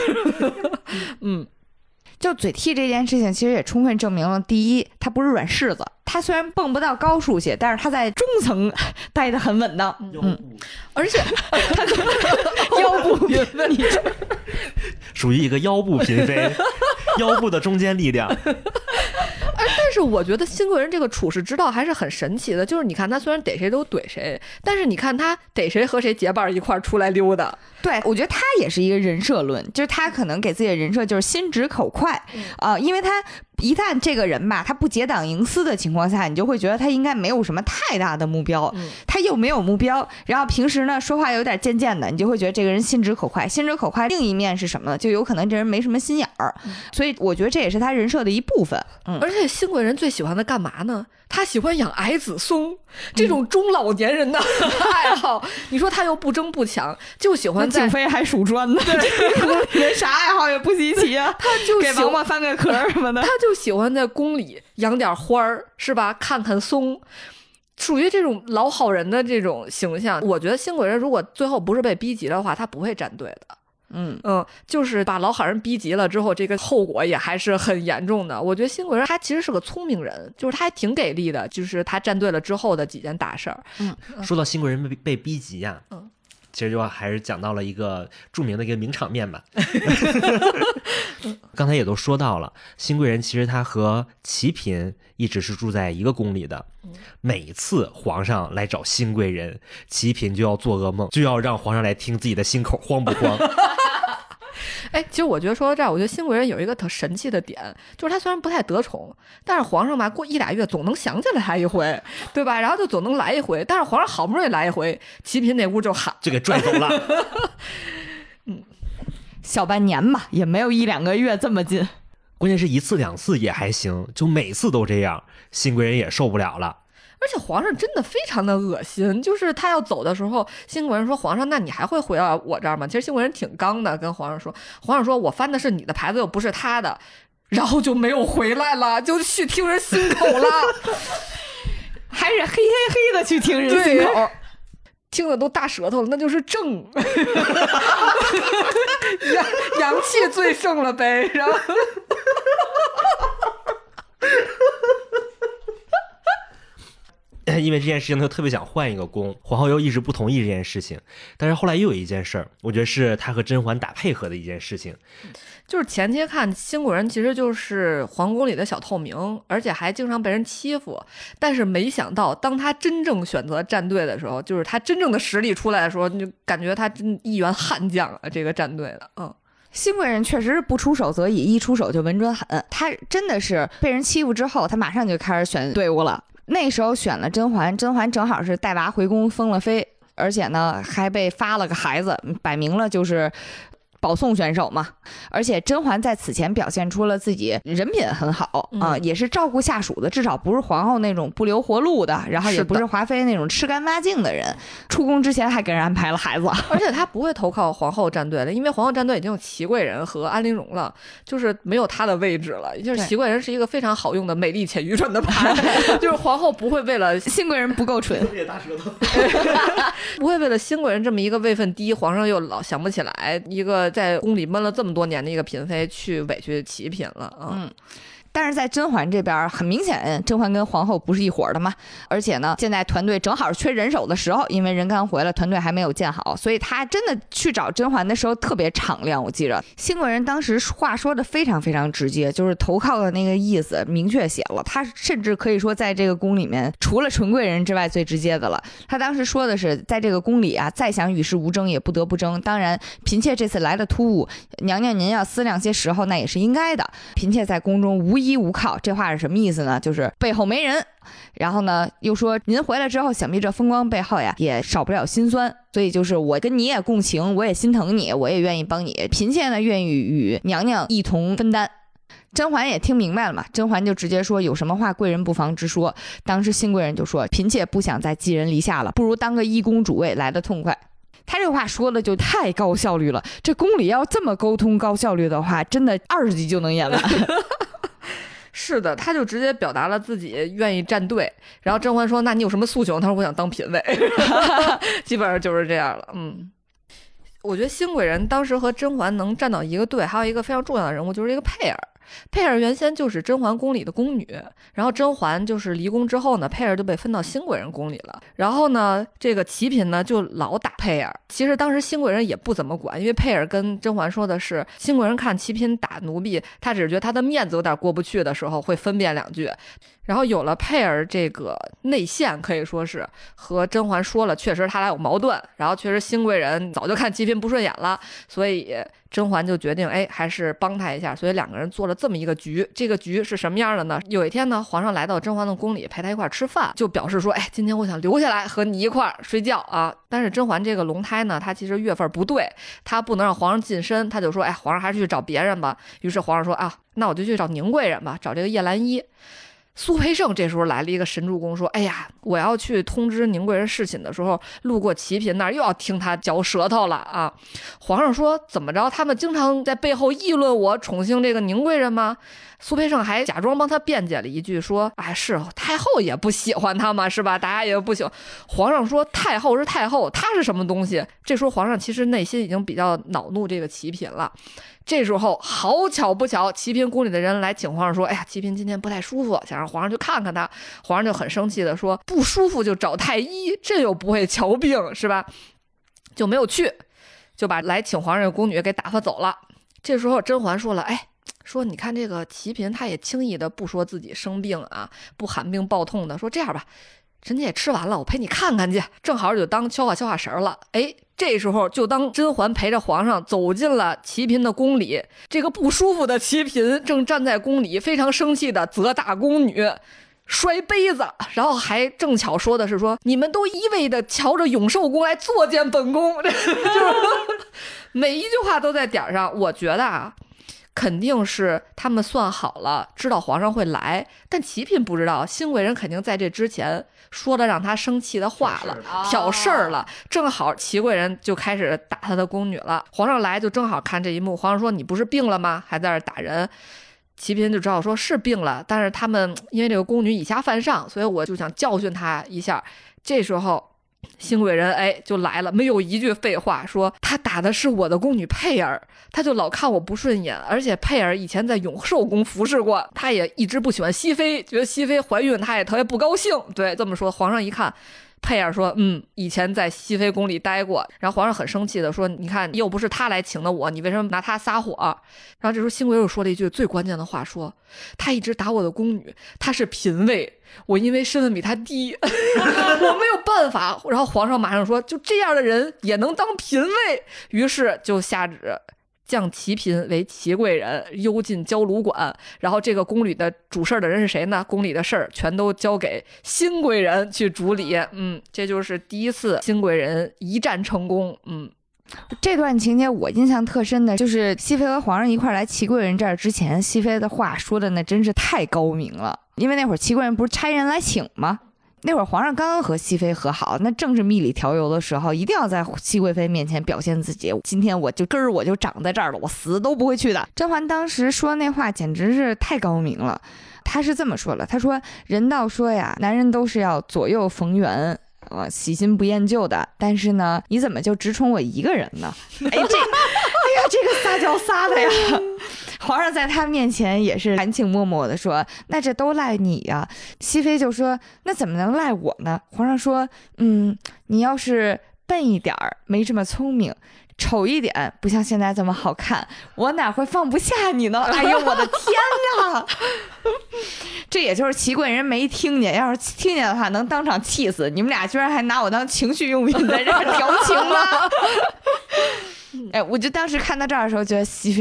Speaker 1: 就嘴替这件事情，其实也充分证明了，第一，他不是软柿子，他虽然蹦不到高处去，但是他在中层待得很稳当。
Speaker 2: 而且
Speaker 1: 他腰部嫔妃，
Speaker 3: 属于一个腰部嫔妃，腰部的中坚力量。
Speaker 2: 但是我觉得新贵人这个处世之道还是很神奇的，就是你看他虽然逮谁都怼谁，但是你看他逮谁和谁结伴一块儿出来溜达。
Speaker 1: 对，我觉得他也是一个人设论，就是他可能给自己的人设就是心直口快因为他一旦这个人吧，他不结党营私的情况下，你就会觉得他应该没有什么太大的目标，他又没有目标，然后平时呢说话有点贱贱的，你就会觉得这个人心直口快。心直口快另一面是什么呢？就有可能这人没什么心眼儿，所以我觉得这也是他人设的一部分。
Speaker 2: 而且新贵人最喜欢的干嘛呢？他喜欢养矮子松，这种中老年人的爱好。你说他又不争不抢，就喜欢在
Speaker 1: 景妃还数砖呢，这宫里人啥爱好也不稀奇啊。
Speaker 2: 他就
Speaker 1: 给王八翻个壳什么的，
Speaker 2: 他就喜欢在宫里养点花儿，是吧？看看松，属于这种老好人的这种形象。我觉得新贵人如果最后不是被逼急的话，他不会站队的。就是把老好人逼急了之后，这个后果也还是很严重的。我觉得新贵人他其实是个聪明人，就是他还挺给力的，就是他站队了之后的几件大事儿。
Speaker 3: 说到新贵人被逼急呀，其实就还是讲到了一个著名的一个名场面吧。刚才也都说到了，新贵人其实他和齐嫔一直是住在一个宫里的。每一次皇上来找新贵人，齐嫔就要做噩梦，就要让皇上来听自己的心口慌不慌。
Speaker 2: 哎，其实我觉得说到这儿，我觉得新贵人有一个特神奇的点，就是他虽然不太得宠，但是皇上吧过1-2月总能想起来他一回，对吧？然后就总能来一回，但是皇上好不容易来一回，齐嫔那屋就喊，
Speaker 3: 就给拽走了。
Speaker 1: 小半年吧，也没有1-2个月这么近。
Speaker 3: 关键是1次2次也还行，就每次都这样，新贵人也受不了了。
Speaker 2: 而且皇上真的非常的恶心，就是他要走的时候，新贵人说：“皇上，那你还会回到我这儿吗？”其实新贵人挺刚的，跟皇上说：“皇上说我翻的是你的牌子，又不是他的。”然后就没有回来了，就去听人心口了，
Speaker 1: 还是黑的去听人心口，
Speaker 2: 听的都大舌头了，那就是正，阳气最盛了呗，然后。
Speaker 3: 因为这件事情，他就特别想换一个宫，皇后又一直不同意这件事情。但是后来又有一件事儿，我觉得是他和甄嬛打配合的一件事情，
Speaker 2: 就是前期看新贵人其实就是皇宫里的小透明，而且还经常被人欺负。但是没想到，当他真正选择站队的时候，就是他真正的实力出来的时候，你就感觉他真一员悍将啊！这个站队的，
Speaker 1: 新贵人确实是不出手则已，一出手就稳准狠。他真的是被人欺负之后，他马上就开始选队伍了。那时候选了甄嬛，甄嬛正好是带娃回宫封了妃，而且呢还被发了个孩子，摆明了就是保送选手嘛。而且甄嬛在此前表现出了自己人品很好也是照顾下属的，至少不是皇后那种不留活路的，然后也不是华妃那种吃干抹净的人。出宫之前还给人安排了孩子，
Speaker 2: 而且他不会投靠皇后战队了，因为皇后战队已经有齐贵人和安陵容了，就是没有他的位置了。就是齐贵人是一个非常好用的美丽且愚蠢的牌，就是皇后不会为了
Speaker 1: 新贵人不够蠢，
Speaker 2: 不会为了新贵人这么一个位分低，皇上又老想不起来一个在宫里闷了这么多年的一个嫔妃去委屈齐嫔了。
Speaker 1: 但是在甄嬛这边很明显，甄嬛跟皇后不是一伙的嘛，而且呢现在团队正好缺人手的时候，因为人刚回来，团队还没有建好，所以他真的去找甄嬛的时候特别敞亮。我记着新贵人当时话说的非常非常直接，就是投靠的那个意思明确写了，他甚至可以说在这个宫里面除了纯贵人之外最直接的了。他当时说的是，在这个宫里啊，再想与世无争也不得不争，当然嫔妾这次来的突兀，娘娘您要思量些时候那也是应该的，嫔妾在宫中无依无靠。这话是什么意思呢？就是背后没人。然后呢，又说您回来之后，想必这风光背后呀，也少不了心酸。所以就是我跟你也共情，我也心疼你，我也愿意帮你。嫔妾呢，愿意与娘娘一同分担。甄嬛也听明白了嘛，甄嬛就直接说有什么话贵人不妨直说。当时新贵人就说嫔妾不想再寄人篱下了，不如当个一公主位来得痛快。他这话说的就太高效率了，这宫里要这么沟通高效率的话，真的20集就能演完。
Speaker 2: 是的，他就直接表达了自己愿意站队。然后甄嬛说那你有什么诉求？他说我想当嫔位。基本上就是这样了。我觉得新贵人当时和甄嬛能站到一个队，还有一个非常重要的人物就是一个佩儿。佩儿原先就是甄嬛宫里的宫女，然后甄嬛就是离宫之后呢，佩儿就被分到新贵人宫里了。然后呢，这个齐嫔呢就老打佩儿。其实当时新贵人也不怎么管，因为佩儿跟甄嬛说的是，新贵人看齐嫔打奴婢，他只是觉得他的面子有点过不去的时候会分辨两句。然后有了佩儿这个内线，可以说是和甄嬛说了，确实他俩有矛盾，然后确实新贵人早就看齐嫔不顺眼了，所以甄嬛就决定还是帮他一下，所以两个人做了这么一个局。这个局是什么样的呢？有一天呢，皇上来到甄嬛的宫里陪他一块吃饭，就表示说今天我想留下来和你一块睡觉啊。但是甄嬛这个龙胎呢，她其实月份不对，她不能让皇上近身，她就说皇上还是去找别人吧。于是皇上说那我就去找宁贵人吧，找这个叶澜依。苏培盛这时候来了一个神助攻，说我要去通知宁贵人侍寝的时候，路过齐嫔那儿又要听他嚼舌头了啊。皇上说怎么着，他们经常在背后议论我宠幸这个宁贵人吗？苏培盛还假装帮他辩解了一句，说是太后也不喜欢他嘛，是吧？大家也不喜欢。皇上说太后是太后，她是什么东西？这时候皇上其实内心已经比较恼怒这个齐嫔了。这时候好巧不巧，齐嫔宫里的人来请皇上说齐嫔今天不太舒服，想让皇上去看看她。皇上就很生气的说不舒服就找太医，这又不会瞧病，是吧？就没有去，就把来请皇上的宫女给打发走了。这时候甄嬛说了说你看这个齐嫔她也轻易的不说自己生病啊，不喊病抱痛的，说这样吧，人家也吃完了，我陪你看看去，正好就当消化神了。这时候就当甄嬛陪着皇上走进了齐嫔的宫里，这个不舒服的齐嫔正站在宫里非常生气的责打宫女摔杯子，然后还正巧说的是说你们都一味的瞧着永寿宫来作践本宫，就是每一句话都在点上。我觉得肯定是他们算好了，知道皇上会来，但齐嫔不知道，新贵人肯定在这之前说了让他生气的话了，挑事儿了。正好齐贵人就开始打他的宫女了，皇上来就正好看这一幕。皇上说你不是病了吗？还在这打人。齐嫔就知道说是病了，但是他们因为这个宫女以下犯上，所以我就想教训他一下。这时候新贵人就来了，没有一句废话，说他打的是我的宫女佩儿，他就老看我不顺眼，而且佩儿以前在永寿宫服侍过，他也一直不喜欢熹妃，觉得熹妃怀孕他也特别不高兴。对，这么说皇上一看佩儿说以前在熹妃宫里待过。然后皇上很生气的说你看又不是他来请的我，你为什么拿他撒火？然后这时候新贵人又说了一句最关键的话，说他一直打我的宫女，他是嫔位，我因为身份比他低我没有办法。然后皇上马上说就这样的人也能当嫔位，于是就下旨降齐嫔为齐贵人，幽禁交卢馆。然后这个宫里的主事的人是谁呢？宫里的事儿全都交给新贵人去主理。这就是第一次新贵人一战成功。
Speaker 1: 这段情节我印象特深的就是熹妃和皇上一块来齐贵人这儿之前，熹妃的话说的那真是太高明了。因为那会儿齐贵人不是差人来请吗？那会儿皇上刚刚和熹妃和好，那正是蜜里调油的时候，一定要在熹贵妃面前表现自己，今天我就根儿我就长在这儿了，我死都不会去的。甄嬛当时说那话简直是太高明了，她是这么说了，她说人道说呀，男人都是要左右逢源，喜新不厌旧的，但是呢你怎么就只宠我一个人呢？这个撒娇撒的呀。皇上在他面前也是含情脉脉的说那这都赖你呀。熹妃就说那怎么能赖我呢？皇上说你要是笨一点儿，没这么聪明，丑一点，不像现在这么好看，我哪会放不下你呢？哎呦我的天啊这也就是齐贵人没听见，要是听见的话能当场气死，你们俩居然还拿我当情绪用品在这儿调情吗我就当时看到这儿的时候觉得熹妃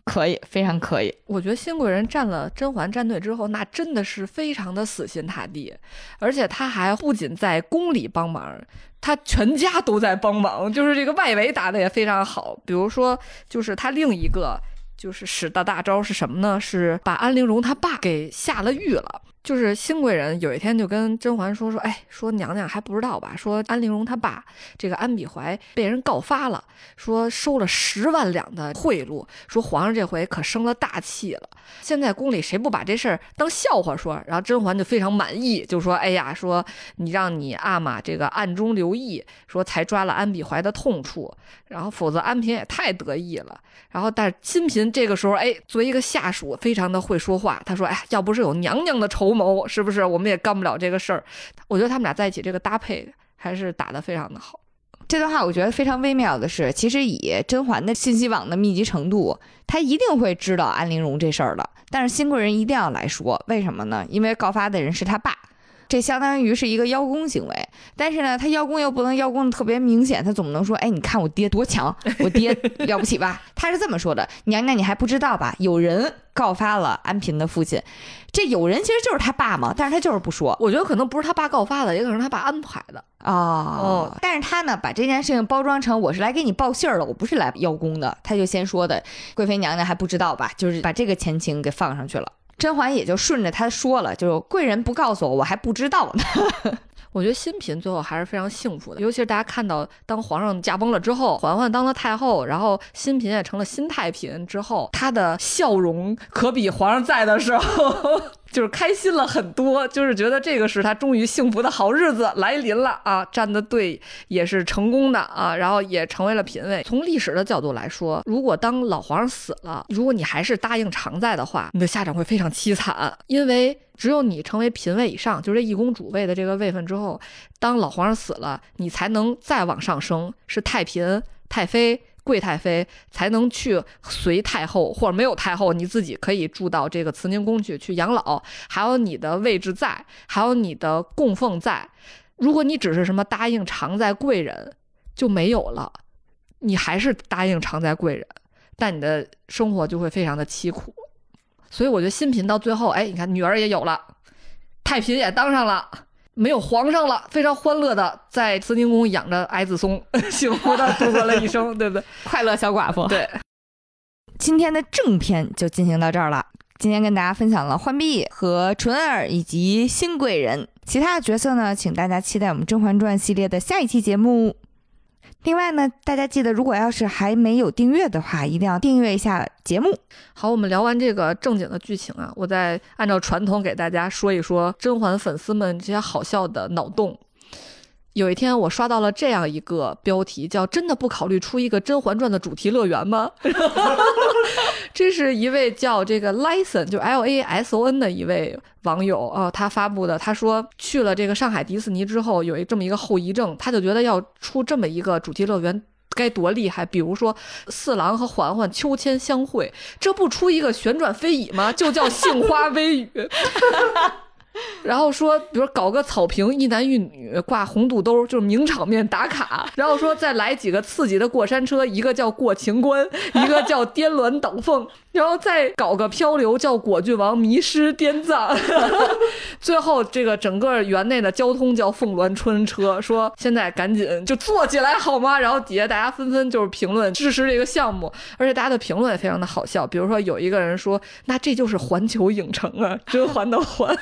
Speaker 1: 可以，非常可以。
Speaker 2: 我觉得新贵人占了甄嬛战队之后，那真的是非常的死心塌地，而且他还不仅在宫里帮忙，他全家都在帮忙，就是这个外围打得也非常好。比如说，就是他另一个就是使的大招是什么呢？是把安陵容他爸给下了狱了。就是新贵人有一天就跟甄嬛说，说娘娘还不知道吧，说安陵容他爸这个安比怀被人告发了，说收了10万两的贿赂，说皇上这回可生了大气了，现在宫里谁不把这事儿当笑话说？然后甄嬛就非常满意，就说哎呀，说你让你阿玛这个暗中留意，说才抓了安比怀的痛处，然后否则安嫔也太得意了。然后但是新嫔这个时候作为一个下属非常的会说话，他说要不是有娘娘的筹谋，是不是我们也干不了这个事儿？我觉得他们俩在一起这个搭配还是打得非常的好。
Speaker 1: 这段话我觉得非常微妙的是，其实以甄嬛的信息网的密集程度，她一定会知道安陵容这事儿的，但是新贵人一定要来说，为什么呢？因为告发的人是他爸，这相当于是一个邀功行为，但是呢，他邀功又不能邀功的特别明显，他总能说，你看我爹多强，我爹了不起吧？他是这么说的，娘娘你还不知道吧？有人告发了安嫔的父亲，这有人其实就是他爸嘛，但是他就是不说。
Speaker 2: 我觉得可能不是他爸告发的，也可能是他爸安排的。
Speaker 1: 但是他呢，把这件事情包装成我是来给你报信儿的，我不是来邀功的，他就先说的贵妃娘娘还不知道吧，就是把这个前情给放上去了。甄嬛也就顺着他说了，就是贵人不告诉我，我还不知道呢。
Speaker 2: 我觉得新嫔最后还是非常幸福的，尤其是大家看到当皇上驾崩了之后，嬛嬛当了太后，然后新嫔也成了新太嫔之后，她的笑容可比皇上在的时候就是开心了很多，就是觉得这个是她终于幸福的好日子来临了啊，站的队也是成功的啊，然后也成为了嫔位。从历史的角度来说，如果当老皇上死了，如果你还是答应常在的话，你的下场会非常凄惨，因为只有你成为嫔位以上，就是这一公主位的这个位分之后，当老皇上死了，你才能再往上升，是太嫔、太妃、贵太妃，才能去随太后，或者没有太后，你自己可以住到这个慈宁宫去养老，还有你的位置在，还有你的供奉在。如果你只是什么答应常在贵人，就没有了，你还是答应常在贵人，但你的生活就会非常的凄苦。所以我觉得新嫔到最后，你看女儿也有了，太嫔也当上了，没有皇上了，非常欢乐的在慈宁宫养着矮子松，幸福的度过了一生，对不对？
Speaker 1: 快乐小寡妇。
Speaker 2: 对，
Speaker 1: 今天的正片就进行到这儿了。今天跟大家分享了浣碧和纯儿以及新贵人，其他的角色呢，请大家期待我们《甄嬛传》系列的下一期节目。另外呢，大家记得如果要是还没有订阅的话，一定要订阅一下节目。
Speaker 2: 好，我们聊完这个正经的剧情啊，我再按照传统给大家说一说甄嬛粉丝们这些好笑的脑洞。有一天我刷到了这样一个标题，叫真的不考虑出一个《甄嬛传》的主题乐园吗？这是一位叫这个 Lason 就 LASON 的一位网友啊，他发布的。他说去了这个上海迪士尼之后有这么一个后遗症，他就觉得要出这么一个主题乐园该多厉害，比如说四郎和嬛嬛秋千相会，这不出一个旋转飞椅吗？就叫杏花微雨。然后说比如搞个草坪，一男一女挂红肚兜，就是名场面打卡。然后说再来几个刺激的过山车，一个叫过情关，一个叫颠鸾倒凤，然后再搞个漂流，叫果郡王迷失滇藏。最后这个整个园内的交通叫凤鸾春车，说现在赶紧就做起来好吗？然后底下大家纷纷就是评论支持这个项目，而且大家的评论也非常的好笑。比如说有一个人说，那这就是环球影城啊，甄嬛的嬛。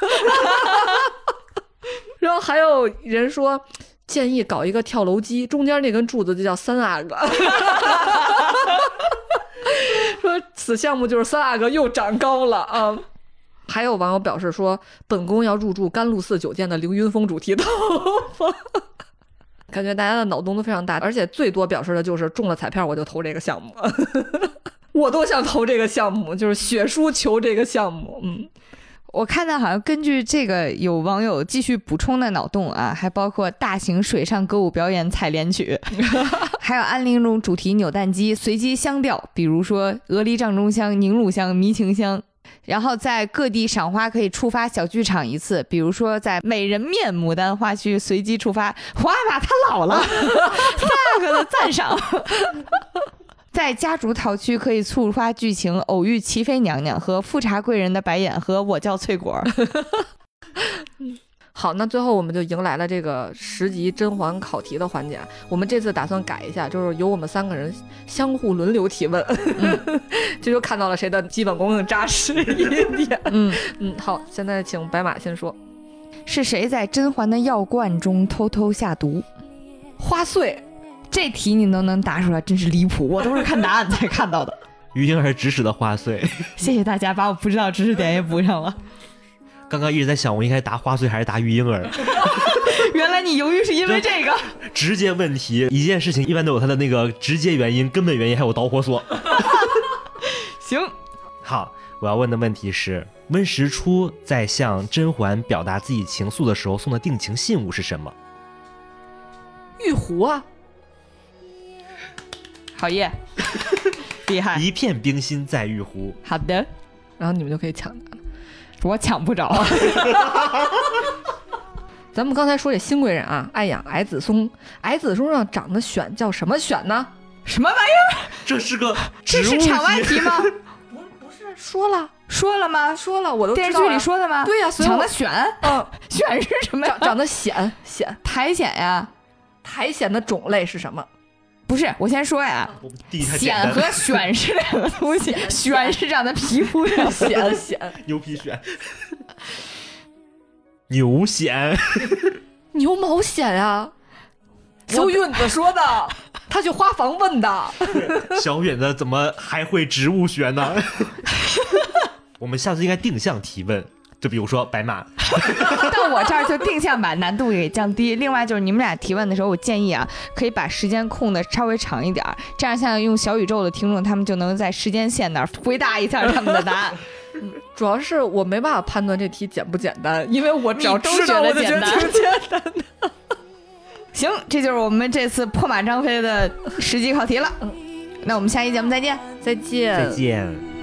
Speaker 2: 然后还有人说建议搞一个跳楼机，中间那根柱子就叫三阿哥。说此项目就是三阿哥又长高了啊。还有网友表示说，本宫要入住甘露寺酒店的凌云峰主题头发。感觉大家的脑洞都非常大，而且最多表示的就是中了彩票我就投这个项目。我都想投这个项目，就是血书求这个项目。
Speaker 1: 我看到好像根据这个有网友继续补充的脑洞啊，还包括大型水上歌舞表演采莲曲，还有安陵容主题扭蛋机随机香调，比如说鹅梨帐中香、凝露香、迷情香。然后在各地赏花可以触发小剧场一次，比如说在美人面牡丹花区随机触发华娃她老了，萨克的赞赏。 在家族套区可以触发剧情偶遇齐妃娘娘和富察贵人的白眼和我叫翠果。
Speaker 2: 好，那最后我们就迎来了这个10集甄嬛考题的环节。我们这次打算改一下，就是由我们3个人相互轮流提问，这就看到了谁的基本功更扎实一点。好，现在请白马先说，
Speaker 1: 是谁在甄嬛的药罐中偷偷下毒？
Speaker 2: 花穗。
Speaker 1: 这题你都能答出来，真是离谱！我都是看答案才看到的。
Speaker 3: 于婴儿指使的花穗。
Speaker 1: 谢谢大家把我不知道知识点也补上了。
Speaker 3: 刚刚一直在想，我应该答花穗还是答于婴儿？
Speaker 1: 原来你犹豫是因为这个。
Speaker 3: 直接问题，一件事情一般都有它的那个直接原因、根本原因，还有导火索。
Speaker 1: 行，
Speaker 3: 好，我要问的问题是：温实初在向甄嬛表达自己情愫的时候送的定情信物是什么？
Speaker 2: 玉壶啊。
Speaker 1: 好耶，厉害！
Speaker 3: 一片冰心在玉壶。
Speaker 1: 好的，
Speaker 2: 然后你们就可以抢答了。
Speaker 1: 我抢不着。
Speaker 2: 咱们刚才说这新贵人啊，爱养矮子松，矮子松上长的选叫什么选呢？
Speaker 1: 什么玩意儿？
Speaker 3: 这是个
Speaker 1: 这是场外题吗？
Speaker 2: 不是说了
Speaker 1: 吗？
Speaker 2: 说了，我都知道
Speaker 1: 电视剧里说的吗？
Speaker 2: 对呀，所以
Speaker 1: 长得选，选是什么呀？
Speaker 2: 长得显
Speaker 1: 苔藓呀，
Speaker 2: 苔藓的种类是什么？
Speaker 1: 不是，我先说呀，藓和选是两个东西，选是长在皮肤上，
Speaker 2: 藓
Speaker 3: 牛皮癣，牛藓，
Speaker 2: 牛毛藓呀。小允子说的，他去花房问的。
Speaker 3: 小允子怎么还会植物学呢？我们下次应该定向提问，就比如说白马。
Speaker 1: 到我这儿就定向把难度给降低。另外就是你们俩提问的时候，我建议啊，可以把时间空的稍微长一点，这样像用小宇宙的听众，他们就能在时间线那儿回答一下他们的答案。
Speaker 2: 主要是我没办法判断这题简不简单，因为我只要知道我就觉得挺简单的。
Speaker 1: 行，这就是我们这次破马张飞的10级考题了。那我们下期节目再见，
Speaker 2: 再见。
Speaker 3: 再见。